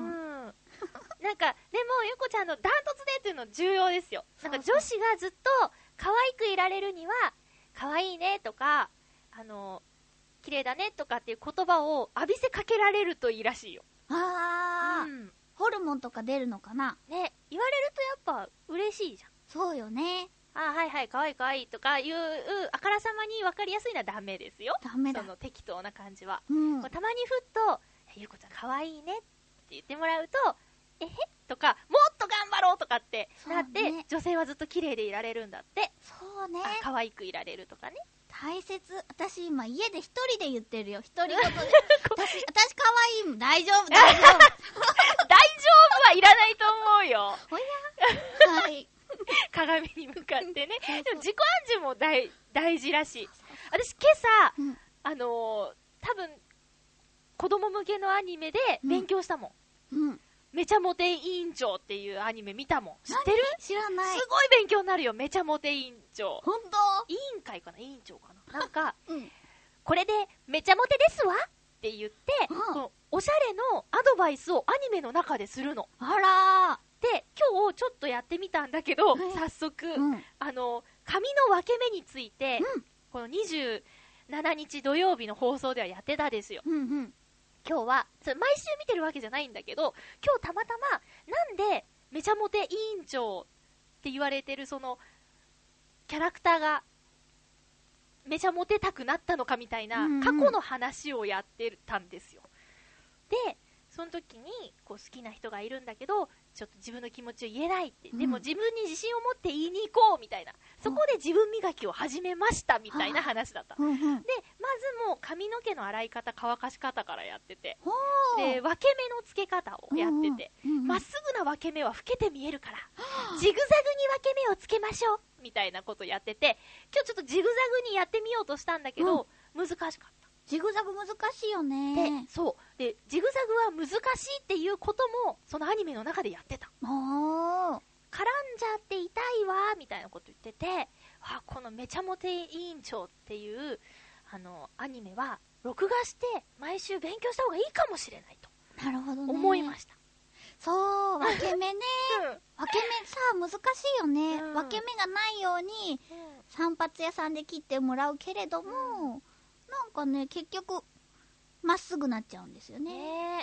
Speaker 1: なんかでもゆうこちゃんのダントツでっていうの重要ですよ。なんか女子がずっと可愛くいられるには可愛いねとかあの綺麗だねとかっていう言葉を浴びせかけられるといいらしいよ。
Speaker 2: あー、うん、ホルモンとか出るのかな。
Speaker 1: ね、言われるとやっぱ嬉しいじゃん。
Speaker 2: そうよね。
Speaker 1: あ、はいはい、かわいいかわいいとかいうあからさまに分かりやすいのはダメですよ。
Speaker 2: ダメだ。
Speaker 1: その適当な感じは、
Speaker 2: うん、
Speaker 1: たまにふっとゆうこちゃんかわいいねって言ってもらうと、えへとかもっと頑張ろうとかってなって、ね、女性はずっと綺麗でいられるんだって。
Speaker 2: そうね。
Speaker 1: 可愛くいられるとかね。
Speaker 2: 大切。私今家で一人で言ってるよ。一人ごとで私私可愛いもん。大丈夫大丈夫大丈
Speaker 1: 夫はいらないと思うよ。
Speaker 2: おやはい。
Speaker 1: 鏡に向かってね。そうそう、でも自己暗示も 大, 大事らしい。私今朝、うん、あのー、多分子供向けのアニメで勉強したもん、うんうん、めちゃモテ委員長っていうアニメ見たもん。知ってる？
Speaker 2: 知らない。
Speaker 1: すごい勉強になるよ。めちゃモテ委員長。
Speaker 2: 本当？
Speaker 1: 委員会かな委員長かななんか、うん、これでめちゃモテですわって言って、うん、このおしゃれのアドバイスをアニメの中でするの。
Speaker 2: あら
Speaker 1: ー。で、今日ちょっとやってみたんだけど、早速、うん、あの、髪の分け目について、うん、このにじゅうしちにち土曜日の放送ではやってたですよ。うんうん、今日は、それ毎週見てるわけじゃないんだけど、今日たまたま、なんでめちゃモテ委員長って言われてるその、キャラクターが、めちゃモテたくなったのかみたいな、過去の話をやってたんですよ。で、その時にこう好きな人がいるんだけどちょっと自分の気持ちを言えないって、うん、でも自分に自信を持って言いに行こうみたいな、そこで自分磨きを始めましたみたいな話だった、うんうん、でまずもう髪の毛の洗い方乾かし方からやってて、で分け目の付け方をやってて、ま、うんうん、っすぐな分け目は老けて見えるからジグザグに分け目をつけましょうみたいなことをやってて、今日ちょっとジグザグにやってみようとしたんだけど、うん、難しかった。
Speaker 2: ジグザグ難しいよね。
Speaker 1: で、そうでジグザグは難しいっていうこともそのアニメの中でやってた。
Speaker 2: おー、
Speaker 1: 絡んじゃって痛いわみたいなこと言ってて、あ、このめちゃモテ委員長っていうあのアニメは録画して毎週勉強した方がいいかもしれないと。
Speaker 2: なるほどね。
Speaker 1: 思いました。
Speaker 2: そう、分け目ね、うん、分け目さ難しいよね、うん、分け目がないように、うん、散髪屋さんで切ってもらうけれども、うんなんかね、結局まっすぐなっちゃうんですよね。
Speaker 1: ね、
Speaker 2: うん、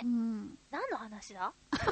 Speaker 1: 何の話だ？なん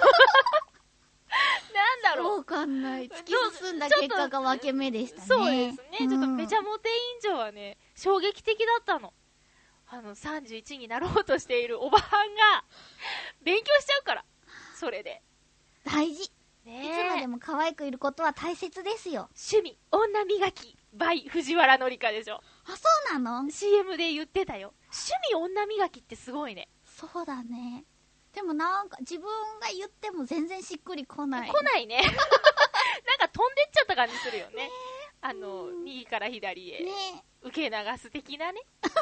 Speaker 1: だろう。
Speaker 2: わかんない。突き進んだ結果が分け目でしたね。
Speaker 1: そうですね。うん、ちょっとめちゃモテ委員長はね、衝撃的だったの。あのさんじゅういちになろうとしているおばはんが勉強しちゃうから。それで。
Speaker 2: 大事。ね、いつまでも可愛くいることは大切ですよ。
Speaker 1: 趣味女磨き by 藤原紀香でしょ。
Speaker 2: あ、そうなの？
Speaker 1: シーエム で言ってたよ。趣味女磨きってすごいね。
Speaker 2: そうだね。でもなんか自分が言っても全然しっくりこない。
Speaker 1: 来ないね。なんか飛んでっちゃった感じするよね。ね、あの右から左へ、ね、受け流す的なね。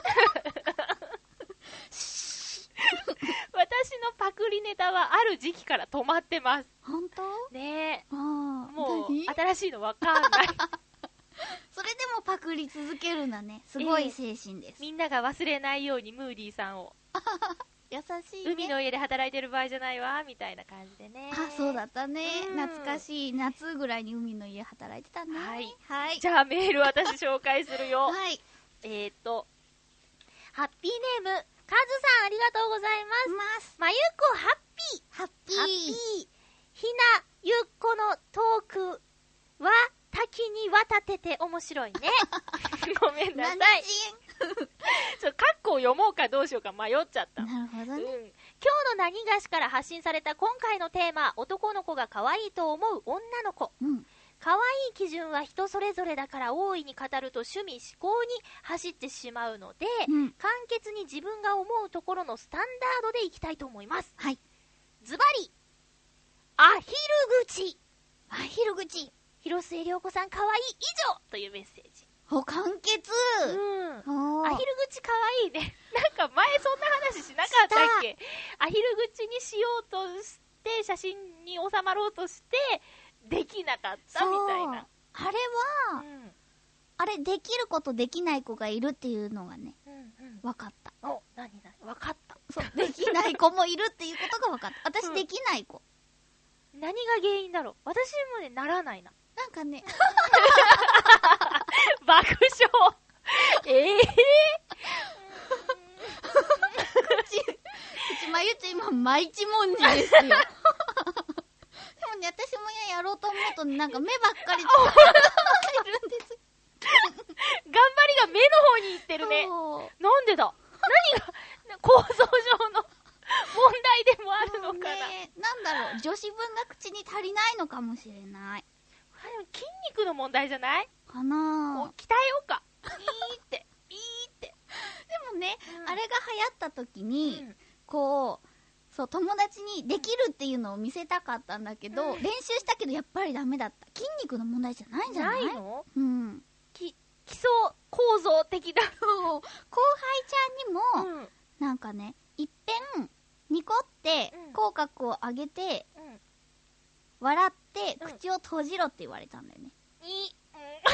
Speaker 1: 私のパクリネタはある時期から止まってます。
Speaker 2: 本当？
Speaker 1: ねえ。
Speaker 2: あ、
Speaker 1: もう新しいのわかんない。
Speaker 2: それでもパクり続けるんだね。すごい精神です。
Speaker 1: えー、みんなが忘れないようにムーディーさんを。
Speaker 2: 優しいね。
Speaker 1: 海の家で働いてる場合じゃないわみたいな感じでね。
Speaker 2: あ、そうだったね。
Speaker 1: うん、
Speaker 2: 懐かしい。夏ぐらいに海の家働いてたね。
Speaker 1: はい。
Speaker 2: はい。
Speaker 1: じゃあメール私紹介するよ。
Speaker 2: はい。
Speaker 1: えーと、ハッピーネーム、カズさんありがとうございます。
Speaker 2: ます。
Speaker 1: まゆこハッピー。
Speaker 2: ハッピー。
Speaker 1: ハッピー。ひなゆっこのトークは滝に渡ってて面白いね。ごめんなさい。ちょっとカッコを読もうかどうしようか迷っちゃった。
Speaker 2: なるほどね。うん、
Speaker 1: 今日の何がしから発信された今回のテーマ、男の子が可愛いと思う女の子。うん、可愛い基準は人それぞれだから大いに語ると趣味思考に走ってしまうので、うん、簡潔に自分が思うところのスタンダードでいきたいと思います。
Speaker 2: はい。
Speaker 1: ズバリ、アヒル口。
Speaker 2: アヒル口。
Speaker 1: 広末涼子さん可愛い以上というメッセージ。
Speaker 2: お、簡潔。
Speaker 1: うん。アヒル口可愛いね。なんか前そんな話しなかったっけ？アヒル口にしようとして写真に収まろうとしてできなかったみたいな。
Speaker 2: あれは、うん、あれできることできない子がいるっていうのがね、うんうん、分かった。
Speaker 1: お、なになに分かった。
Speaker 2: そう、できない子もいるっていうことが分かった。私できない子。
Speaker 1: うん、何が原因だろう。私もね、ならないな。
Speaker 2: なんかね
Speaker 1: 爆笑ええー、
Speaker 2: 口、口まゆち今、まいちもんじですよ。でもね、私もやろうと思うと、なんか目ばっかりついてるんです。
Speaker 1: 頑張りが目の方に行ってるね。なんでだ何が、構造上の問題でもあるのかな、
Speaker 2: ね、なんだろう、女子分が口に足りないのかもしれない。
Speaker 1: 筋肉の問題じゃない
Speaker 2: かなぁ。
Speaker 1: 鍛えようか。いいって、いいって。
Speaker 2: でもね、うん、あれが流行った時に、うん、こう、そう、友達にできるっていうのを見せたかったんだけど、うん、練習したけどやっぱりダメだった。筋肉の問題じゃないんじゃない
Speaker 1: ないの？
Speaker 2: うん。
Speaker 1: き、基礎構造的な。
Speaker 2: 後輩ちゃんにも、うん、なんかね、いっぺん、ニコって、口角を上げて、うん、笑って、口を閉じろって言われたんだよね。
Speaker 1: うん、いい。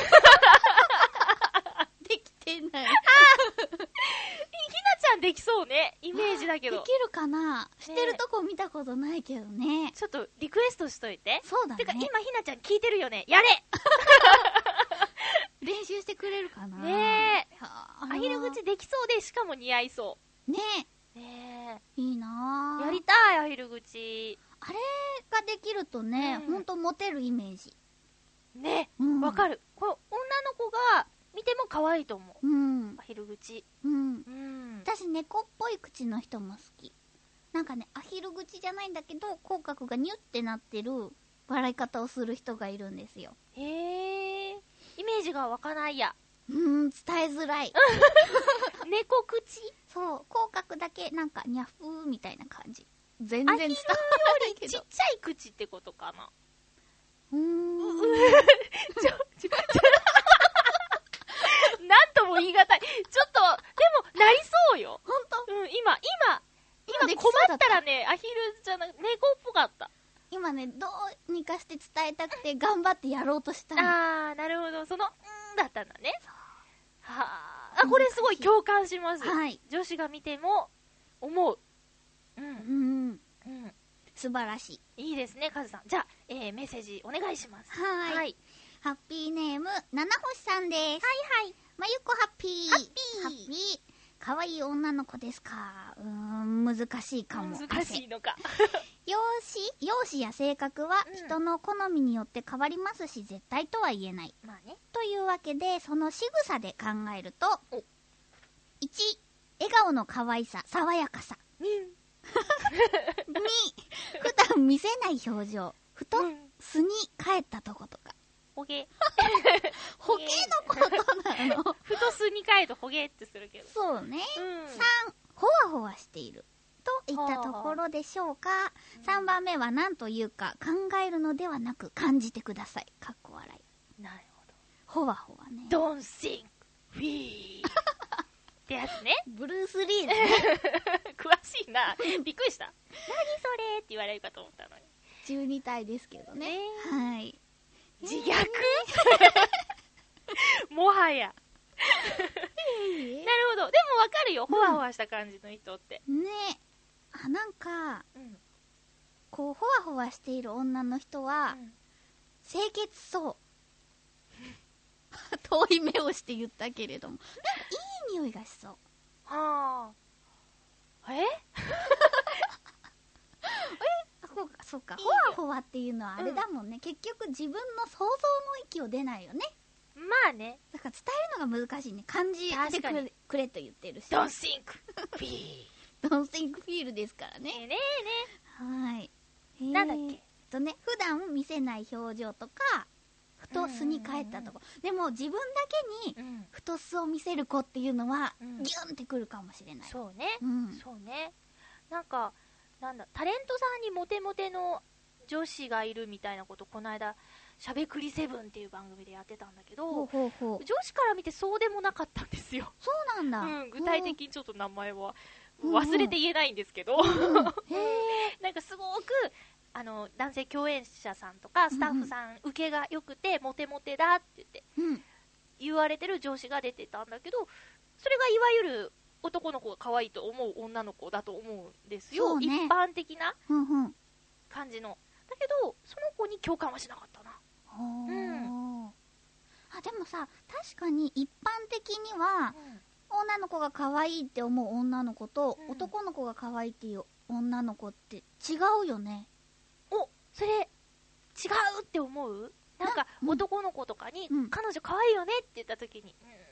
Speaker 2: できてない。あひな
Speaker 1: ちゃんできそうね。イメージだけど。
Speaker 2: できるかな、ね、してるとこ見たことないけどね。
Speaker 1: ちょっとリクエストしといて。
Speaker 2: そうだね。
Speaker 1: てか今ひなちゃん聞いてるよね。やれ
Speaker 2: 練習してくれるかな
Speaker 1: ねえ。アヒル口できそうで、しかも似合いそう。
Speaker 2: ね
Speaker 1: え。ね
Speaker 2: え。いいなぁ。
Speaker 1: やりたい、アヒル口。
Speaker 2: あれができるとね、うん、ほんとモテるイメージ。
Speaker 1: ね、わ、うん、かる。これ女の子が見ても可愛いと思う。うん。アヒル口。
Speaker 2: うん。うん。私猫っぽい口の人も好き。なんかね、アヒル口じゃないんだけど、口角がニュってなってる笑い方をする人がいるんですよ。
Speaker 1: へー。イメージが湧かないや。
Speaker 2: うーん、伝えづらい。
Speaker 1: 猫口？
Speaker 2: そう、口角だけなんかニャフーみたいな感じ。全然伝わらないけど。
Speaker 1: アヒルよりちっちゃい口ってことかな。
Speaker 2: うーん。
Speaker 1: ちょ、ちょ、ちょ、なんとも言い難い。ちょっと、でも、なりそうよ。
Speaker 2: ほんと？
Speaker 1: うん、今、今、今困ったらね、アヒルじゃなく、猫っぽかった。
Speaker 2: 今ね、どうにかして伝えたくて頑張ってやろうとしたの。
Speaker 1: あー、なるほど。その、んーだったんだね。はー。あ、これすごい共感します。
Speaker 2: はい。
Speaker 1: 女子が見ても、思う。うん。
Speaker 2: うん。うん。素晴らし
Speaker 1: い。いいですね、カズさん。じゃあ、えー、メッセージお願いします。
Speaker 2: はい。はい。ハッピーネーム、七星さんです。はい
Speaker 1: はい。
Speaker 2: まゆこハッピー。
Speaker 1: ハッピー。
Speaker 2: ハッピー。かわいい女の子ですか。うーん、難しいかも。
Speaker 1: 難しいのか。
Speaker 2: 容姿、容姿や性格は人の好みによって変わりますし、絶対とは言えない。
Speaker 1: まあね。
Speaker 2: というわけで、その仕草で考えると、いち、笑顔の可愛さ、爽やかさ。に、普段見せない表情。ふと、素に帰ったとことか。
Speaker 1: ほげ。
Speaker 2: ほげのことなの。
Speaker 1: ふと素に帰るとほげってするけど。
Speaker 2: そうね。うん、さん、ほわほわしている。といったところでしょうか。はあ、さんばんめは何というか考えるのではなく感じてください。かっこ笑い。
Speaker 1: なるほど。
Speaker 2: ほわほわね。
Speaker 1: Don't think, feel ってやつね。
Speaker 2: ブルース・リーだね。
Speaker 1: 詳しいな。びっくりした。何それって言われるかと思ったのに。
Speaker 2: じゅうにたいですけどね。はい。
Speaker 1: 自虐もはや。なるほど。でもわかるよ。ほわほわした感じの人って。
Speaker 2: ねあ、なんか、うん、こう、ほわほわしている女の人は、うん、清潔そう。遠い目をして言ったけれども。なんかいい匂いがしそう。
Speaker 1: はあ。ええ
Speaker 2: そうか、そうか。ほわほわっていうのはあれだもんね。うん、結局自分の想像の域を出ないよね。
Speaker 1: まあね。
Speaker 2: だから伝えるのが難しいね。感じてくれ、くれと言ってるし。
Speaker 1: Don't think feel
Speaker 2: Don't think feel ですからね。
Speaker 1: ねえね
Speaker 2: えね。はい。
Speaker 1: なんだっけ。
Speaker 2: えっとね、普段見せない表情とか、ふと素に帰ったとこ。でも自分だけに、ふと素を見せる子っていうのは、うん、ギュンってくるかもしれない。
Speaker 1: そうね。うん、そうね。なんか、なんだ、タレントさんにモテモテの女子がいるみたいなこと、この間、しゃべくりセブンっていう番組でやってたんだけど、
Speaker 2: ほうほうほう、
Speaker 1: 女子から見てそうでもなかったんですよ。
Speaker 2: そうなんだ。
Speaker 1: うん、具体的にちょっと名前は忘れて言えないんですけど、うんうん、なんかすごく、あの、男性共演者さんとかスタッフさん受けが良くて、モテモテだって言って、うん、言われてる上司が出てたんだけど、それがいわゆる男の子が可愛いと思う女の子だと思うんですよ。ね、一般的な感じの。だけど、その子に共感はしなかったな。
Speaker 2: うん、あ、でもさ、確かに一般的には、うん、女の子が可愛いって思う女の子と、うん、男の子が可愛いっていう女の子って違うよね。
Speaker 1: お、それ違うって思う？なんか男の子とかに、うん、彼女可愛いよねって言った時に、うーんって、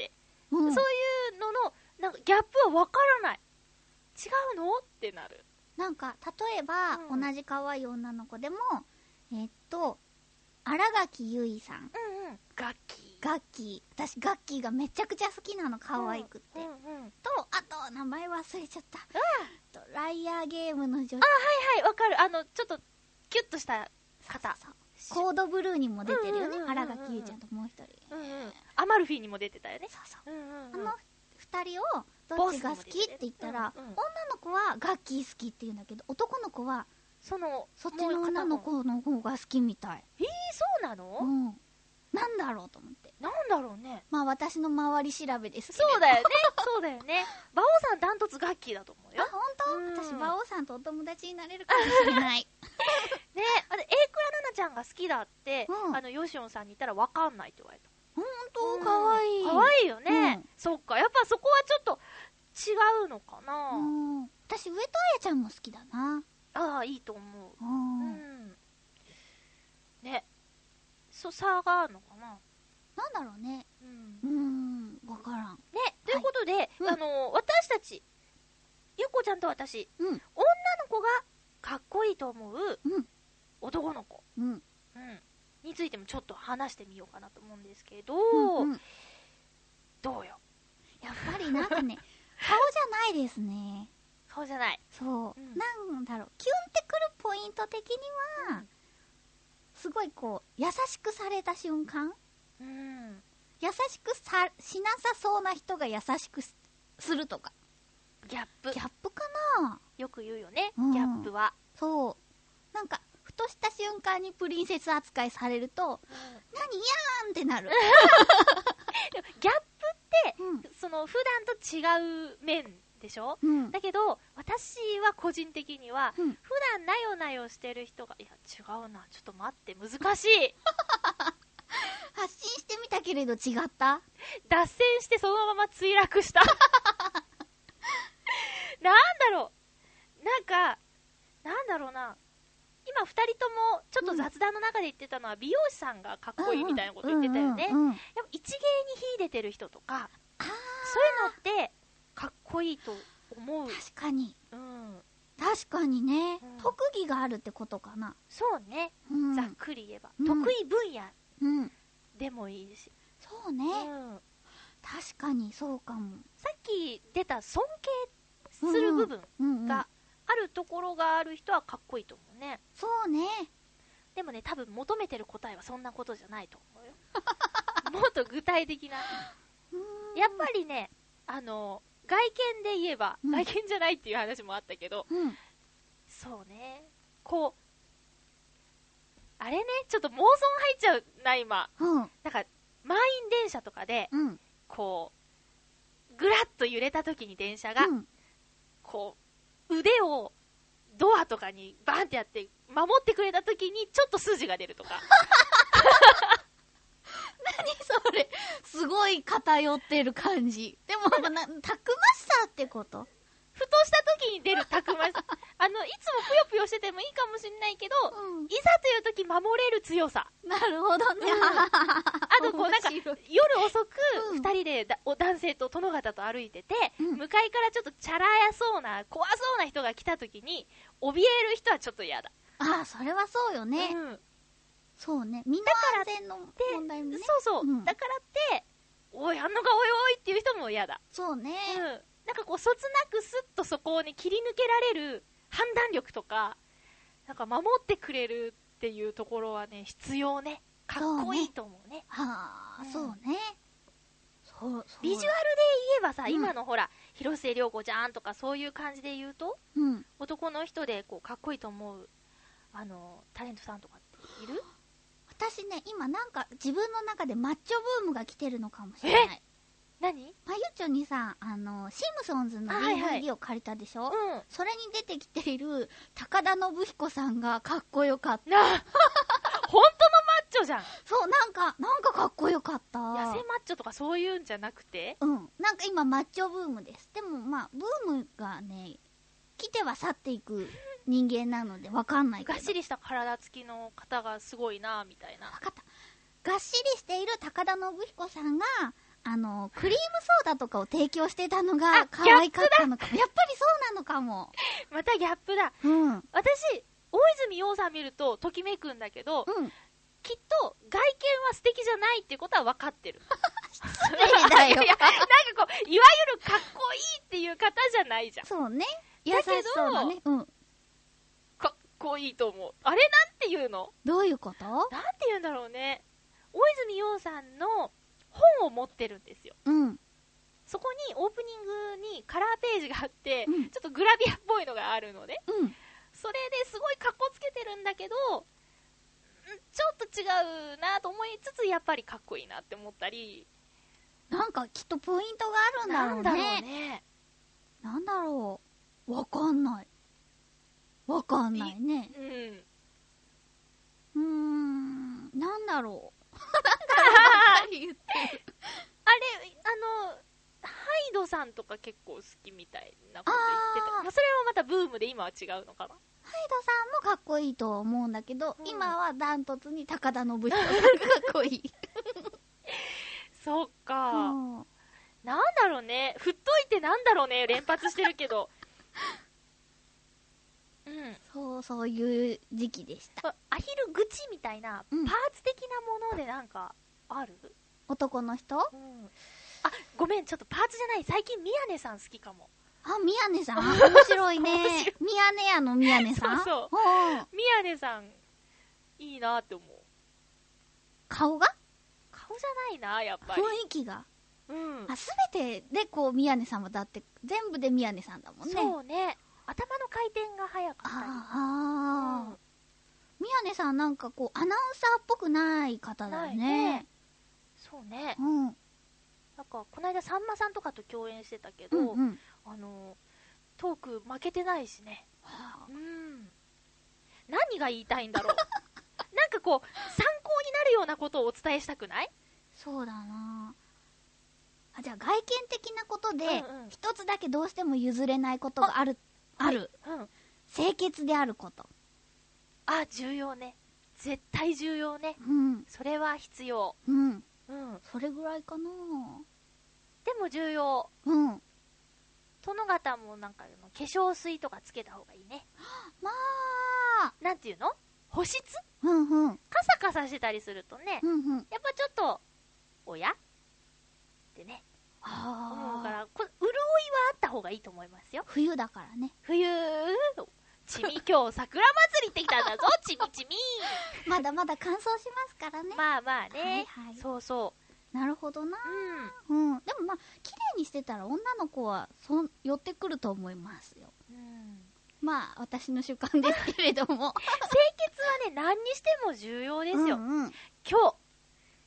Speaker 1: うん、そういうののなんかギャップは分からない。違うのってなる。
Speaker 2: なんか例えば、うん、同じ可愛い女の子でもえー、っと新垣結衣さん、
Speaker 1: うんうん、ガッキー
Speaker 2: ガッキー私ガッキーがめちゃくちゃ好きなの、可愛くって、うんうんうん、とあと名前忘れちゃった、うん、とライアーゲームの女子、あ、
Speaker 1: はいはい、わかる、あのちょっとキュッとした方、
Speaker 2: そうそう、コードブルーにも出てるよね、新垣結衣ちゃんともう一人、
Speaker 1: うんうん、アマルフィにも出てたよね。
Speaker 2: そうそう、うんうんうん、あの二人をどっちが好きって言ったら、うんうん、女の子はガッキー好きって言うんだけど、男の子は
Speaker 1: その
Speaker 2: そっちの女の子の方が好きみたい。
Speaker 1: えー、そうなの？
Speaker 2: うん。なんだろうと思って。
Speaker 1: なんだろうね。
Speaker 2: まあ私の周り調べですけ
Speaker 1: ど。そうだよね。そうだよね。馬王さんダントツガッキーだと思うよ。
Speaker 2: あ、ほんと？私馬王さんとお友達になれるかもしれない。
Speaker 1: ね、あれ、エイクラナナちゃんが好きだって、うん、あのヨシオンさんに言ったらわかんないって言われた。
Speaker 2: ほんと？かわいい。
Speaker 1: かわいいよね、うん。そっか。やっぱそこはちょっと違うのかな。
Speaker 2: うん。私上戸彩ちゃんも好きだな。
Speaker 1: ああ、いいと思う。うん。ね。そう、差があるのかな。
Speaker 2: なんだろうね。うん。うーん、わからん。
Speaker 1: ね、ということで、はい、あのー、私たち、ゆっこちゃんと私、うん、女の子がかっこいいと思う、うん、男の子、うんうん、についてもちょっと話してみようかなと思うんですけど、うんうん、どうよ。
Speaker 2: やっぱりなんかね、顔じゃないですね。
Speaker 1: 顔じゃない。
Speaker 2: そう、うん、なんだろう、キュンってくるポイント的には、うん、すごいこう優しくされた瞬間、うん、優しくさしなさそうな人が優しく す, するとか、
Speaker 1: ギャップ
Speaker 2: ギャップかな、
Speaker 1: よく言うよね、うん、ギャップは。
Speaker 2: そう、なんかふとした瞬間にプリンセス扱いされると、うん、何やーんってなる。
Speaker 1: でもギャップって、うん、その普段と違う面でしょ、うん、だけど私は個人的には、うん、普段なよなよしてる人が、いや違うな、ちょっと待って、難しい。
Speaker 2: 発信してみたけれど違った。
Speaker 1: 脱線してそのまま墜落した。なんだろう、なんかなんだろうな、今ふたりともちょっと雑談の中で言ってたのは、うん、美容師さんがかっこいいみたいなこと言ってたよね。やっぱ一芸に秀でてる人とか、そういうのってかっこいいと思う。
Speaker 2: 確かに、
Speaker 1: うん、
Speaker 2: 確かにね、うん、特技があるってことかな。
Speaker 1: そうね、うん、ざっくり言えば、うん、得意分野でもいいし、
Speaker 2: そうね、うん、確かにそうかも。
Speaker 1: さっき出た尊敬する部分があるところがある人はかっこいいと思うね。
Speaker 2: そうね。
Speaker 1: でもね、多分求めてる答えはそんなことじゃないと思うよ。もっと具体的な。やっぱりね、あの外見で言えば、うん、外見じゃないっていう話もあったけど、うん、そうね、こうあれね、ちょっと妄想入っちゃうな今、うん、なんか満員電車とかで、
Speaker 2: うん。
Speaker 1: こう、ぐらっと揺れた時に電車が、
Speaker 2: うん。
Speaker 1: こう、腕をドアとかにバーンってやって守ってくれた時にちょっと筋が出るとか。
Speaker 2: 何それ、すごい偏ってる感じ。でも、まな、たくましさってこと？
Speaker 1: ふとした時に出るたくましさ。あの、いつもぷよぷよしててもいいかもしれないけど、
Speaker 2: うん、
Speaker 1: いざという時守れる強さ。
Speaker 2: なるほどね。
Speaker 1: うん、あと、こうなんか、夜遅く、二人でだ、お男性と殿方と歩いてて、うん、向かいからちょっとチャラやそうな、怖そうな人が来た時に、怯える人はちょっと嫌だ。
Speaker 2: ああ、それはそうよね。うん、そうね。みんな安全の問題もね。
Speaker 1: そうそう。うん、だからって、おい、あんのかおいおいっていう人も嫌だ。
Speaker 2: そうね。
Speaker 1: うん。なんかこう、そつなくスッとそこをね、切り抜けられる判断力とか、なんか守ってくれるっていうところはね、必要ね。かっこいいと思うね。
Speaker 2: はあ、うん、そうね。そう、そう。
Speaker 1: ビジュアルで言えばさ、うん、今のほら、広末涼子ちゃんとかそういう感じで言うと、うん、男の人でこう、かっこいいと思う、あの、タレントさんとかっている？
Speaker 2: 私ね、今なんか自分の中でマッチョブームが来てるのかもしれない。
Speaker 1: え？何？
Speaker 2: まゆちょにさ、あの、シムソンズの ディーブイディー を借りたでしょ、はいはい、うん、それに出てきている高田信彦さんがかっこよかった。
Speaker 1: 本当のマッチョじゃん。
Speaker 2: そう、なんか、なんかかっこよかった。
Speaker 1: 痩せマッチョとかそういうんじゃなくて？
Speaker 2: うん。なんか今マッチョブームです。でもまあ、ブームがね、来ては去っていく人間なのでわかんないけど。
Speaker 1: がっしりした体つきの方がすごいなみたいな。
Speaker 2: わかった。がっしりしている高田信彦さんが、あの、クリームソーダとかを提供してたのが可愛かったのかも。やっぱりそうなのかも。
Speaker 1: またギャップだ。うん。私、大泉洋さん見るとときめくんだけど、うん、きっと外見は素敵じゃないってことは分かってる。
Speaker 2: 失礼だよ。
Speaker 1: いや、なんかこう、いわゆるかっこいいっていう方じゃないじゃん。
Speaker 2: そうね。優しそうだね。うん。
Speaker 1: かっこいいと思う。あれなんて言うの？
Speaker 2: どういうこと？
Speaker 1: なんて言うんだろうね。大泉洋さんの本を持ってるんですよ。
Speaker 2: うん。
Speaker 1: そこにオープニングにカラーページがあって、うん、ちょっとグラビアっぽいのがあるのね。うん。それですごい格好つけてるんだけど、ちょっと違うなと思いつつ、やっぱりかっこいいなって思ったり。
Speaker 2: なんかきっとポイントがあるんだろうね。
Speaker 1: なんだろうね。
Speaker 2: なんだろう。わかんない。わかんないね。うん。うーん。なんだろう。なんだろう。言ってる。
Speaker 1: あれ、あの、ハイドさんとか結構好きみたいなこと言ってた。まあ、それはまたブームで今は違うのかな。
Speaker 2: ハイドさんもかっこいいと思うんだけど、うん、今はダントツに高田信彦さんがかっこいい。
Speaker 1: そっか、うん、なんだろうね。振っといてなんだろうね。連発してるけど。うん。
Speaker 2: そう、そういう時期でした。
Speaker 1: アヒル口みたいな、パーツ的なものでなんかある？
Speaker 2: 男の人？うん。
Speaker 1: あ、ごめん、ちょっとパーツじゃない。最近宮根さん好きかも。
Speaker 2: あ、宮根さん面白いね。宮根屋の宮根さん。
Speaker 1: そうそう。宮根さん、いいなって思う。
Speaker 2: 顔が？
Speaker 1: 顔じゃないな、やっぱり。
Speaker 2: 雰囲気が。
Speaker 1: うん。
Speaker 2: あ、すべてでこう宮根さんはだって全部で宮根さんだもんね。
Speaker 1: そうね。頭の回転が早かったり。あ
Speaker 2: あ、うん。宮根さんなんかこうアナウンサーっぽくない方だよね。ね、
Speaker 1: そうね。
Speaker 2: うん。
Speaker 1: なんかこの間さんまさんとかと共演してたけど、うんうん、あのトーク負けてないしね。はあ、うん。何が言いたいんだろう。なんかこう参考になるようなことをお伝えしたくない？
Speaker 2: そうだなあ。じゃあ外見的なことで、うんうん、一つだけどうしても譲れないことがある。ある、はい、うん、清潔であること。
Speaker 1: あ、重要ね。絶対重要ね。うん。それは必要。
Speaker 2: うん。うん。それぐらいかな。
Speaker 1: でも重要。うん。殿方もなんか化粧水とかつけた方がいいね。
Speaker 2: まあ。
Speaker 1: なんていうの？保湿？
Speaker 2: うんうん。
Speaker 1: カサカサしてたりするとね。うんうん。やっぱちょっと、おや？ってね。ああ。思うから、こ、潤いはあった方がいいと思いますよ。
Speaker 2: 冬だからね。
Speaker 1: 冬、ちみ今日桜祭りってきたんだぞ、ちみちみ。
Speaker 2: まだまだ乾燥しますからね。
Speaker 1: まあまあね。はいはい、そうそう。
Speaker 2: なるほどな。うん。うん。でもまあ、綺麗にしてたら女の子はそん寄ってくると思いますよ。うん。まあ、私の主観ですけれども。
Speaker 1: 清潔はね、何にしても重要ですよ。うんうん、今日、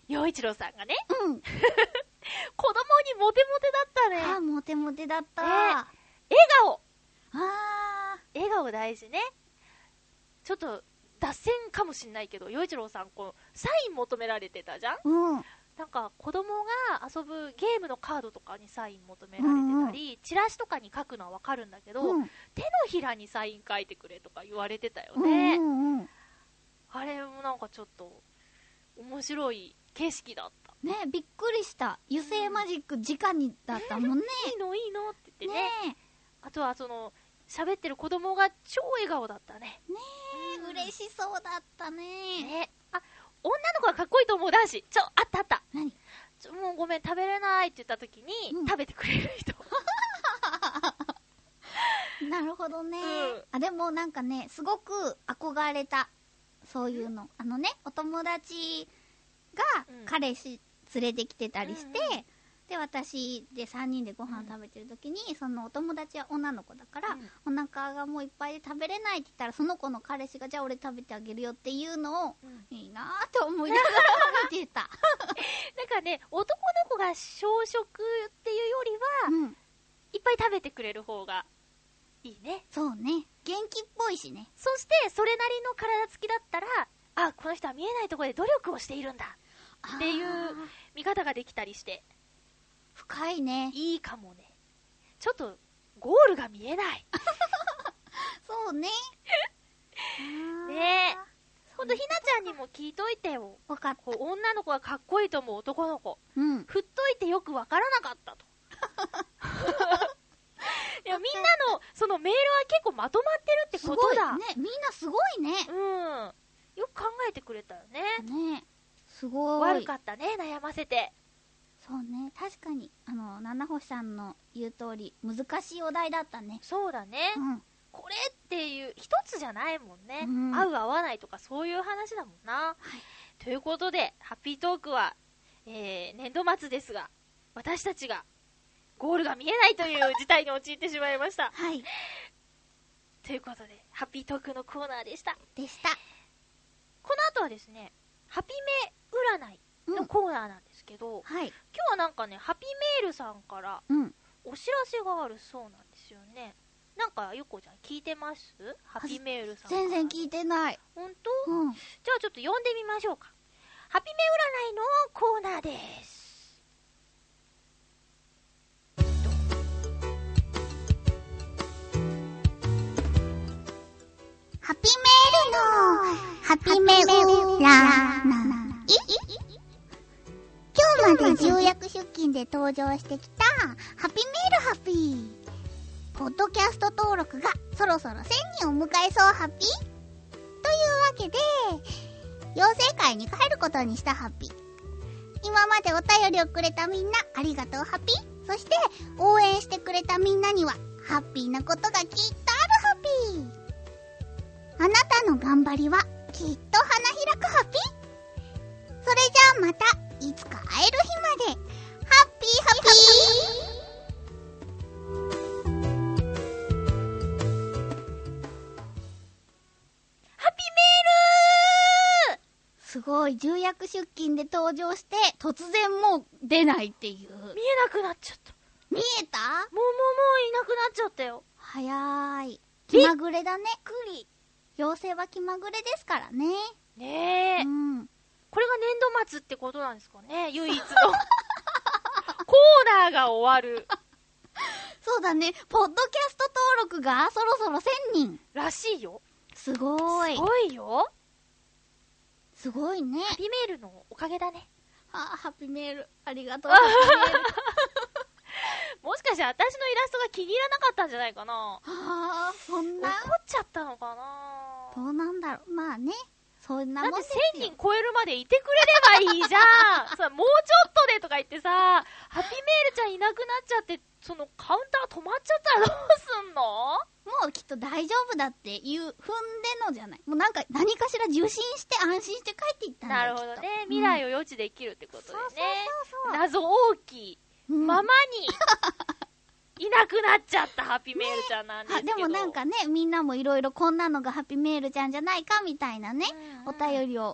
Speaker 1: 陽一郎さんがね、
Speaker 2: うん。
Speaker 1: 子供にモテモテだったね。
Speaker 2: あ、モテモテだった。
Speaker 1: えー、笑顔。
Speaker 2: あー。
Speaker 1: 笑顔大事ね。ちょっと、脱線かもしんないけど、陽一郎さん、こう、サイン求められてたじゃん。
Speaker 2: うん。
Speaker 1: なんか、子供が遊ぶゲームのカードとかにサイン求められてたり、うんうん、チラシとかに書くのはわかるんだけど、うん、手のひらにサイン書いてくれとか言われてたよね。うんうんうん、あれもなんかちょっと、面白い景色だった。
Speaker 2: ね、びっくりした。油性マジック直にだったもんね。
Speaker 1: いいのいいのって言ってね。ね、あとはその、喋ってる子供が超笑顔だったね。
Speaker 2: ねえ、うん、嬉しそうだったね。
Speaker 1: ね、あ、女の子がかっこいいと思う男子。ちょ、あったあった。
Speaker 2: 何？
Speaker 1: ちょ、もうごめん、食べれないって言った時に、うん、食べてくれる人。
Speaker 2: なるほどね、うん。あ、でもなんかね、すごく憧れた。そういうの。あのね、お友達が彼氏連れてきてたりして、うんうん、で、私でさんにんでご飯食べてる時に、うん、そのお友達は女の子だから、うん、お腹がもういっぱいで食べれないって言ったら、その子の彼氏が、じゃあ俺食べてあげるよっていうのを、うん、いいなーって思いながら見てた。
Speaker 1: なんかね、男の子が小食っていうよりは、うん、いっぱい食べてくれる方がいいね。
Speaker 2: そうね。元気っぽいしね。
Speaker 1: そして、それなりの体つきだったら、あ、この人は見えないところで努力をしているんだっていう見方ができたりして。
Speaker 2: 深いね。
Speaker 1: いいかもね。ちょっと、ゴールが見えない。
Speaker 2: そうね。
Speaker 1: ねえ。ほんと、ひなちゃんにも聞いといてよ。
Speaker 2: わかった。
Speaker 1: こう女の子がかっこいいと思う男の子。
Speaker 2: うん。
Speaker 1: 振っといてよくわからなかったと。いや、みんなの、そのメールは結構まとまってるってことだ。
Speaker 2: ね、みんなすごいね。
Speaker 1: うん。よく考えてくれたよね。
Speaker 2: ね。すご
Speaker 1: い。悪かったね、悩ませて。
Speaker 2: そうね、確かに、あの、七星さんの言う通り、難しいお題だったね。
Speaker 1: そうだね。
Speaker 2: うん。
Speaker 1: これっていう、一つじゃないもんね。うん、合う合わないとかそういう話だもんな。はい。ということで、ハッピートークは、えー、年度末ですが、私たちが、ゴールが見えないという事態に陥ってしまいました。
Speaker 2: はい。
Speaker 1: ということで、ハッピートークのコーナーでした。
Speaker 2: でした。
Speaker 1: この後はですね、ハピメ占いのコーナーなんですけど、うん、
Speaker 2: はい。
Speaker 1: 今日はなんかね、ハピメールさんから、お知らせがあるそうなんですよね。なんか、ゆっこちゃん聞いてます？ハピメールさん。
Speaker 2: 全然聞いてない。
Speaker 1: ほんと？
Speaker 2: うん。
Speaker 1: じゃあちょっと読んでみましょうか。ハピメ占いのコーナーです。
Speaker 2: ハピメールのハピメ占い。今日まで重役出勤で登場してきたハピメールハピー。ポッドキャスト登録がそろそろせんにんを迎えそうハピー。というわけで、妖精会に帰ることにしたハピー。今までお便りをくれたみんなありがとうハピー。そして応援してくれたみんなにはハッピーなことがきっとあるハピー。あなたの頑張りはきっと花開くハッピー。それじゃあまたいつか会える日までハッピーハッピー。
Speaker 1: ハピメール
Speaker 2: すごい、重役出勤で登場して突然もう出ないっていう。見え
Speaker 1: なくなっちゃった。
Speaker 2: 見えた？もうもうも
Speaker 1: ういなくなっちゃったよ。
Speaker 2: 早ーい。気まぐれだね。
Speaker 1: びっくり。
Speaker 2: 妖精は気まぐれですからね。
Speaker 1: ねえ。
Speaker 2: うん。
Speaker 1: これが年度末ってことなんですかね、唯一の。コーナーが終わる。
Speaker 2: そうだね。ポッドキャスト登録がそろそろせんにん。
Speaker 1: らしいよ。
Speaker 2: すごーい。
Speaker 1: すごいよ。
Speaker 2: すごいね。
Speaker 1: ハピメールのおかげだね。
Speaker 2: ああ、ハピメール。ありがとう。ハピメール。
Speaker 1: もしかして私のイラストが気に入らなかったんじゃないかな。
Speaker 2: ああ、そんな。
Speaker 1: 怒っちゃったのかな。
Speaker 2: どうなんだろう。まあね。そんなもんですよ。
Speaker 1: だってせんにん超えるまでいてくれればいいじゃん。さ、もうちょっとでとか言ってさ、ハピメールちゃんいなくなっちゃって、そのカウンター止まっちゃったらどうすんの？
Speaker 2: もうきっと大丈夫だっていう踏んでのじゃない。もうなんか何かしら受信して安心して帰っていったんだよ。
Speaker 1: なるほどね。未来を予知できるってことでね。
Speaker 2: そうそうそうそう。
Speaker 1: 謎大きい、うん、ままにいなくなっちゃったハピメールちゃんなんですけど、
Speaker 2: ね、でもなんかね、みんなもいろいろこんなのがハピメールちゃんじゃないかみたいなね、うんうん、お便りを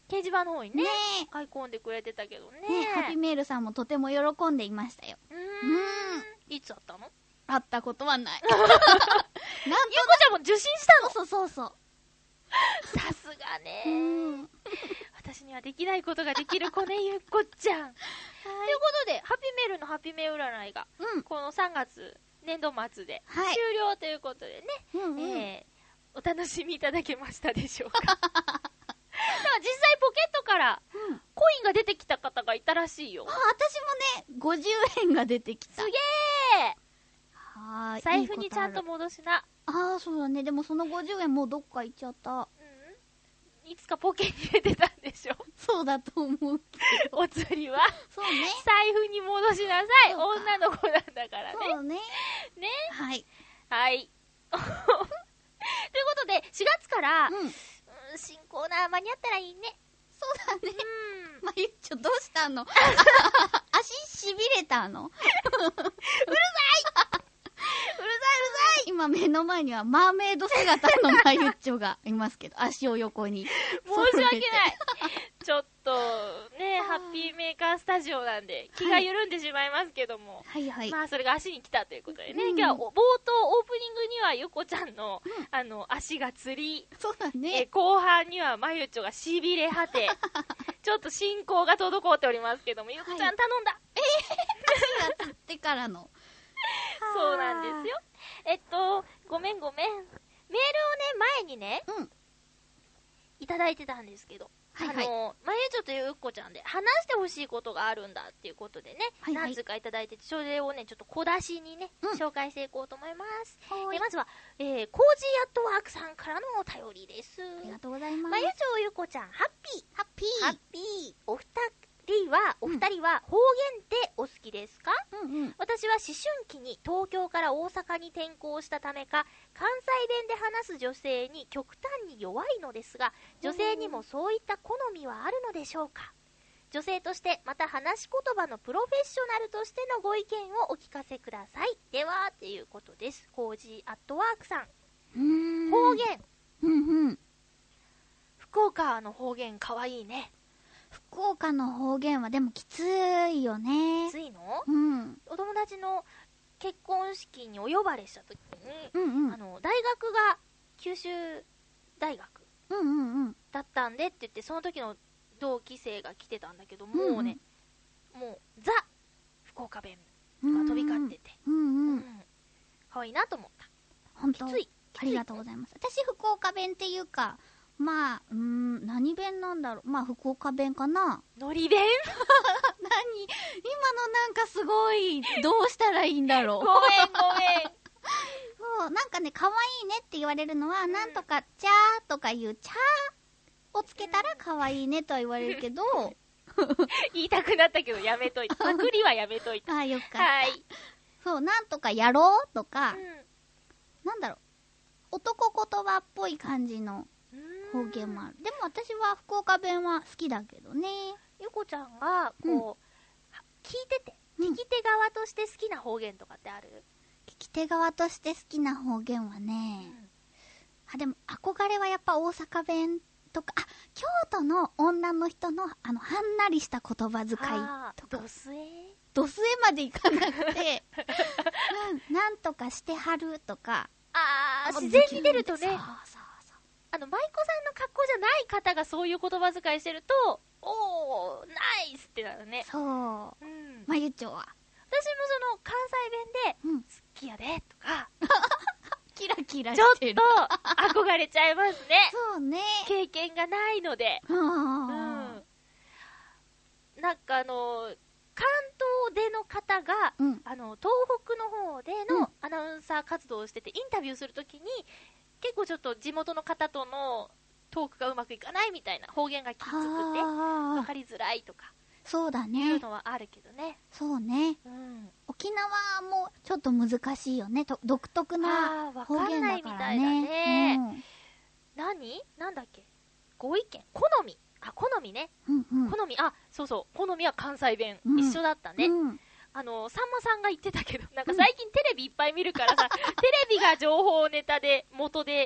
Speaker 1: 掲示板の方にね、
Speaker 2: ね
Speaker 1: 書き込んでくれてたけどね。
Speaker 2: ねハピメールさんもとても喜んでいましたよ。
Speaker 1: うーん。
Speaker 2: うん
Speaker 1: いつあったの？
Speaker 2: 会ったことはない。
Speaker 1: なんとゆうこちゃんも受信したの？
Speaker 2: そうそうそう
Speaker 1: さすがね
Speaker 2: そう。うん。
Speaker 1: 私にはできないことができる子ね、ゆっこちゃん。ということで、ハピメールのハピメ占いが、
Speaker 2: うん。
Speaker 1: このさんがつ、年度末で
Speaker 2: はい。
Speaker 1: 終了ということでね、
Speaker 2: うんうん。
Speaker 1: えー、お楽しみいただけましたでしょうか。だから実際ポケットから
Speaker 2: うん
Speaker 1: コインが出てきた方がいたらしいよ。
Speaker 2: あ、私もね、ごじゅうえんが出てきた。
Speaker 1: すげー。
Speaker 2: はーい。
Speaker 1: 財布にちゃんと
Speaker 2: いいこと
Speaker 1: 戻しな。
Speaker 2: ある。ああ、そうだね。でもそのごじゅうえんもうどっか行っちゃった。
Speaker 1: うん。いつかポケに入れてたんでしょ。
Speaker 2: そうだと思うけど。
Speaker 1: お釣りは
Speaker 2: そうね。
Speaker 1: 財布に戻しなさい。
Speaker 2: そうか
Speaker 1: 女の子なんだからね。
Speaker 2: そうね。
Speaker 1: ね。
Speaker 2: はい。
Speaker 1: はい。ということで、しがつから、
Speaker 2: うん。
Speaker 1: うん、新コーナー間に合ったらいいね。
Speaker 2: そうだね。
Speaker 1: うん。
Speaker 2: まゆっちょ、どうしたの足しびれたのうるさいうるさい今目の前にはマーメイド姿のまゆっちょがいますけど、足を横に。
Speaker 1: 申し訳ない
Speaker 2: い。
Speaker 1: ちょっとね、ハッピーメーカースタジオなんで気が緩んでしまいますけども、
Speaker 2: はいはい。
Speaker 1: まあそれが足に来たということでね、
Speaker 2: うん
Speaker 1: 今日は冒頭オープニングにはゆこちゃんの、
Speaker 2: うん
Speaker 1: あの足がつり、
Speaker 2: そうだ
Speaker 1: え
Speaker 2: ね。
Speaker 1: 後半にはまゆちょがしびれ果てちょっと進行が滞っておりますけども、ゆこちゃん頼んだ、
Speaker 2: 足がつってからの。
Speaker 1: そうなんですよ。えっとごめんごめん、メールをね前にね
Speaker 2: うん。
Speaker 1: いただいてたんですけど、
Speaker 2: はいはい
Speaker 1: あのまゆちょとゆっこちゃんで話してほしいことがあるんだっていうことでね、
Speaker 2: はいはい
Speaker 1: 何通かいただいてて、それをねちょっと小出しにね、
Speaker 2: うん
Speaker 1: 紹介していこうと思います。
Speaker 2: は
Speaker 1: えまずは、えー、コージーアットワークさんからのお便りです。
Speaker 2: ありがとうございます。
Speaker 1: まゆちょゆっこちゃんハッピー
Speaker 2: ハッピ
Speaker 1: ハッピーお二人はお二人は方言ってお好きですか？
Speaker 2: ー。うんうん。
Speaker 1: 私は思春期に東京から大阪に転校したためか、関西弁で話す女性に極端に弱いのですが、女性にもそういった好みはあるのでしょうか？女性としてまた話し言葉のプロフェッショナルとしてのご意見をお聞かせください。ではということです。コージーアットワークさん。
Speaker 2: うーん。
Speaker 1: 方言、
Speaker 2: うんうん。
Speaker 1: 福岡の方言かわいいね。
Speaker 2: 福岡の方言はでもきついよね。
Speaker 1: きついの？
Speaker 2: うん。
Speaker 1: お友達の結婚式にお呼ばれした時に、
Speaker 2: うんうん。
Speaker 1: あの大学が九州大学
Speaker 2: うんうんうん。
Speaker 1: だったんでって言って、その時の同期生が来てたんだけど、
Speaker 2: うんうん
Speaker 1: もうね、もうザ福岡弁が飛び交ってて、
Speaker 2: うんうん。
Speaker 1: うん可愛いなと思った。
Speaker 2: 本当
Speaker 1: きつい。
Speaker 2: ありがとうございます。私、福岡弁っていうか、まあ、うーん、何弁なんだろう。まあ、福岡弁かな。
Speaker 1: のり弁
Speaker 2: 何今のなんかすごい、どうしたらいいんだろう。
Speaker 1: ごめんごめん。
Speaker 2: そう、なんかね、可愛いねって言われるのは、
Speaker 1: ん
Speaker 2: なんとか、チャーとかいう、チャーをつけたら可愛いねとは言われるけど、
Speaker 1: 言いたくなったけどやめといた。パクリはやめといた。
Speaker 2: ああ、よかった。
Speaker 1: はい。
Speaker 2: そう、なんとかやろうとか、
Speaker 1: うん
Speaker 2: なんだろう、男言葉っぽい感じの
Speaker 1: う
Speaker 2: 方
Speaker 1: ーん
Speaker 2: 言もある。でも私は福岡弁は好きだけどね。
Speaker 1: ゆこちゃんがこう、
Speaker 2: うん
Speaker 1: 聞いてて、
Speaker 2: うん
Speaker 1: 聞き手側として好きな方言とかってある？
Speaker 2: 聞き手側として好きな方言はね、あ、でも憧れはやっぱ大阪弁とか、あ、京都の女の人のあの、はんなりした言葉遣い
Speaker 1: あー
Speaker 2: とか、
Speaker 1: ドスエ
Speaker 2: ドスエまでいかなくて、なん、なんとかしてはるとか、
Speaker 1: あー、自然に出るとね、
Speaker 2: そうそうそう。
Speaker 1: あの、舞妓さんの格好じゃない方がそういう言葉遣いしてると、おー、ナイスってなるね。
Speaker 2: そう。
Speaker 1: うん。
Speaker 2: まゆちょは。
Speaker 1: 私もその関西弁で、
Speaker 2: うん。
Speaker 1: 好きやで、とか、
Speaker 2: キラキラ
Speaker 1: ちょっ
Speaker 2: してる。
Speaker 1: と憧れちゃいますね。
Speaker 2: そうね。
Speaker 1: 経験がないので。
Speaker 2: う。
Speaker 1: うんん。なんかあの、関東での方が、
Speaker 2: うん。
Speaker 1: あの、東北の方で
Speaker 2: うん
Speaker 1: のアナウンサー活動をしてて、インタビューするときに、結構ちょっと地元の方とのトークがうまくいかないみたいな、方言がきつくて、わ
Speaker 2: ああ、
Speaker 1: かりづらいとか、
Speaker 2: そうだ
Speaker 1: いう
Speaker 2: ね。
Speaker 1: のはあるけどね。
Speaker 2: そうね。
Speaker 1: うん。
Speaker 2: 沖縄もちょっと難しいよね。と独特な
Speaker 1: あー、わ
Speaker 2: 方
Speaker 1: かん
Speaker 2: 言だから
Speaker 1: ないみたいだ
Speaker 2: ね。
Speaker 1: ね。何なんだっけご意見好み。あ、好みね。
Speaker 2: うん。うんうん。
Speaker 1: 好み、あ、そうそう。好みは関西弁。
Speaker 2: うん
Speaker 1: 一緒だったね。
Speaker 2: うん。
Speaker 1: あの、さんまさんが言ってたけど、なんか最近テレビいっぱい見るからさ、テレビが情報ネタで、元で、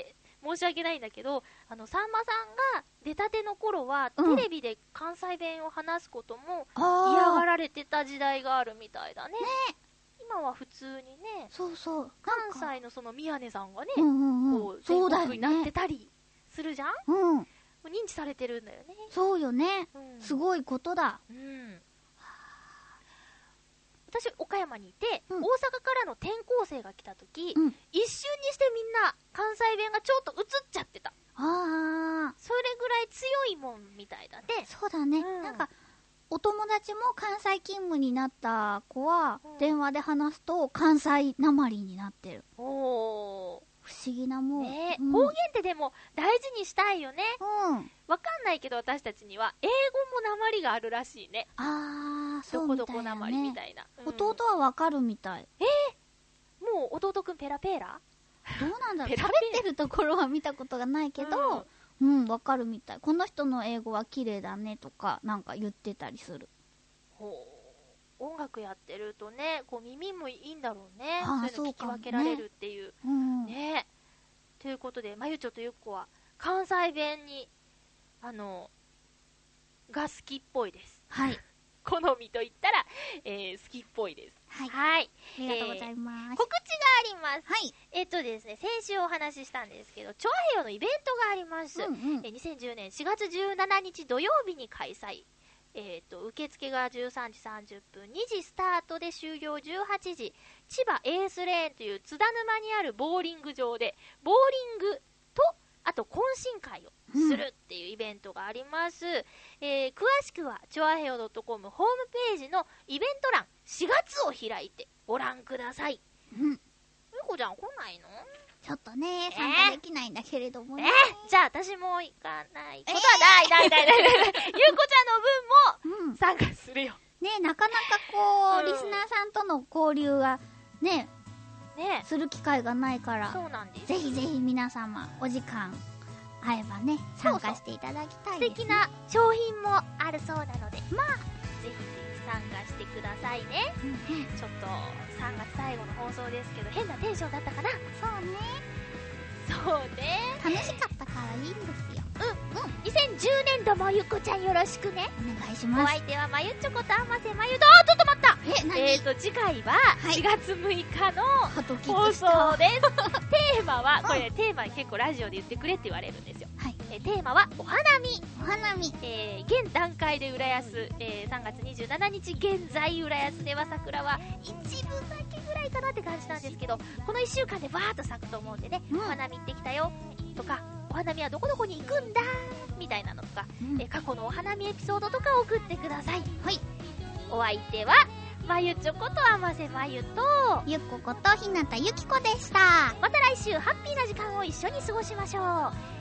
Speaker 1: 申し訳ないんだけど、あのさんまさんが出たての頃は、うん、テレビで関西弁を話すことも嫌がられてた時代があるみたいだね。ね、今は普通にね、
Speaker 2: そうそう、
Speaker 1: 関西のその宮根さんがね、
Speaker 2: うんうんうん、
Speaker 1: こう全国になってたりするじゃん。
Speaker 2: うん、
Speaker 1: 認知されてるんだよね。
Speaker 2: そうよね、うん、すごいことだ。
Speaker 1: うん、私岡山にいて、うん、大阪からの転校生が来た時、うん、一瞬にしてみんな関西弁がちょっと映っちゃってた。
Speaker 2: ああ、
Speaker 1: それぐらい強いもんみたいだね。
Speaker 2: そうだね、うん、なんかお友達も関西勤務になった子は、うん、電話で話すと関西なまりになってる。
Speaker 1: おー、
Speaker 2: 不思議なもん、
Speaker 1: ね、うん、方言ってでも大事にしたいよね。うん、わかんないけど私たちには英語もなまりがあるらしいね。
Speaker 2: あー、そうみたいなね。
Speaker 1: どこどこなまりみたいな、
Speaker 2: うん、弟はわかるみたい。
Speaker 1: えー、もう弟くんペラペラ
Speaker 2: どうなんだろう、喋ってるところは見たことがないけど、うん、わ、うん、かるみたい。この人の英語は綺麗だねとかなんか言ってたりする。
Speaker 1: ほう、音楽やってるとね、こう耳もいいんだろうね。あ、そういうの聞き分けられるっていう、ね、うん、ね。ということで、まゆちょとゆっこは関西弁にあのが好きっぽいです。
Speaker 2: はい。
Speaker 1: 好みと言ったら、えー、好きっぽいです。
Speaker 2: はい。はい、ありがとうございます。
Speaker 1: えー、告知があります。はい。えっとですね、先週お話ししたんですけど、チョアヘヨのイベントがあります。うんうん、えー、にせんじゅうねんしがつじゅうしちにち土曜日に開催。えっと、受付がじゅうさんじさんじゅっぷん、にじスタートで終了じゅうはちじ、千葉エースレーンという津田沼にあるボーリング場で、ボーリングと、あと懇親会をするっていうイベントがあります。うん、えー、詳しくは、チョアヘヨ .com ホームページのイベント欄、しがつを開いてご覧ください。うん。ゆうこちゃん来ないの？
Speaker 2: ちょっとね、参加できないんだけれどもね。
Speaker 1: えー、じゃあ私も行かないことはない、ない、ない、ない、ない。ゆうこちゃんの分も参加するよ。
Speaker 2: うん、ね、なかなかこう、うん、リスナーさんとの交流がね、
Speaker 1: ね、
Speaker 2: する機会がないから、
Speaker 1: そうなんです。
Speaker 2: ぜひぜひ皆様、お時間合えばね、参加していただきたいです、ね。
Speaker 1: 素敵な商品もあるそうなので、まあ、ぜひぜひ参加してくださいね。うんうん、ちょっとさんがつ最後の放送ですけど変なテンションだったかな。
Speaker 2: そうね、
Speaker 1: そうね、
Speaker 2: 楽しかったからいいんですよ。
Speaker 1: うんうん。にせんじゅうねんどもゆこちゃんよろしくね。
Speaker 2: お願いします。お
Speaker 1: 相手はまゆちょことあませまゆと、あ、ちょっと待った。
Speaker 2: え、何？
Speaker 1: えーと次回はしがつむいかの放送です。テーマはこれ、うん、テーマ結構ラジオで言ってくれって言われるんですよ。はい。えー、テーマはお花見。
Speaker 2: お花見。
Speaker 1: えー、現段階で浦安、えー、さんがつにじゅうしちにち現在浦安では桜は一部だけぐらいかなって感じなんですけど、このいっしゅうかんでバーッと咲くと思うんでね、うん、お花見行ってきたよとか、お花見はどこどこに行くんだみたいなのとか、うん、え過去のお花見エピソードとか送ってください。はい。お相手はまゆちょことあませまゆと
Speaker 2: ゆっこことひなたゆきこでした。
Speaker 1: また来週ハッピーな時間を一緒に過ごしましょう。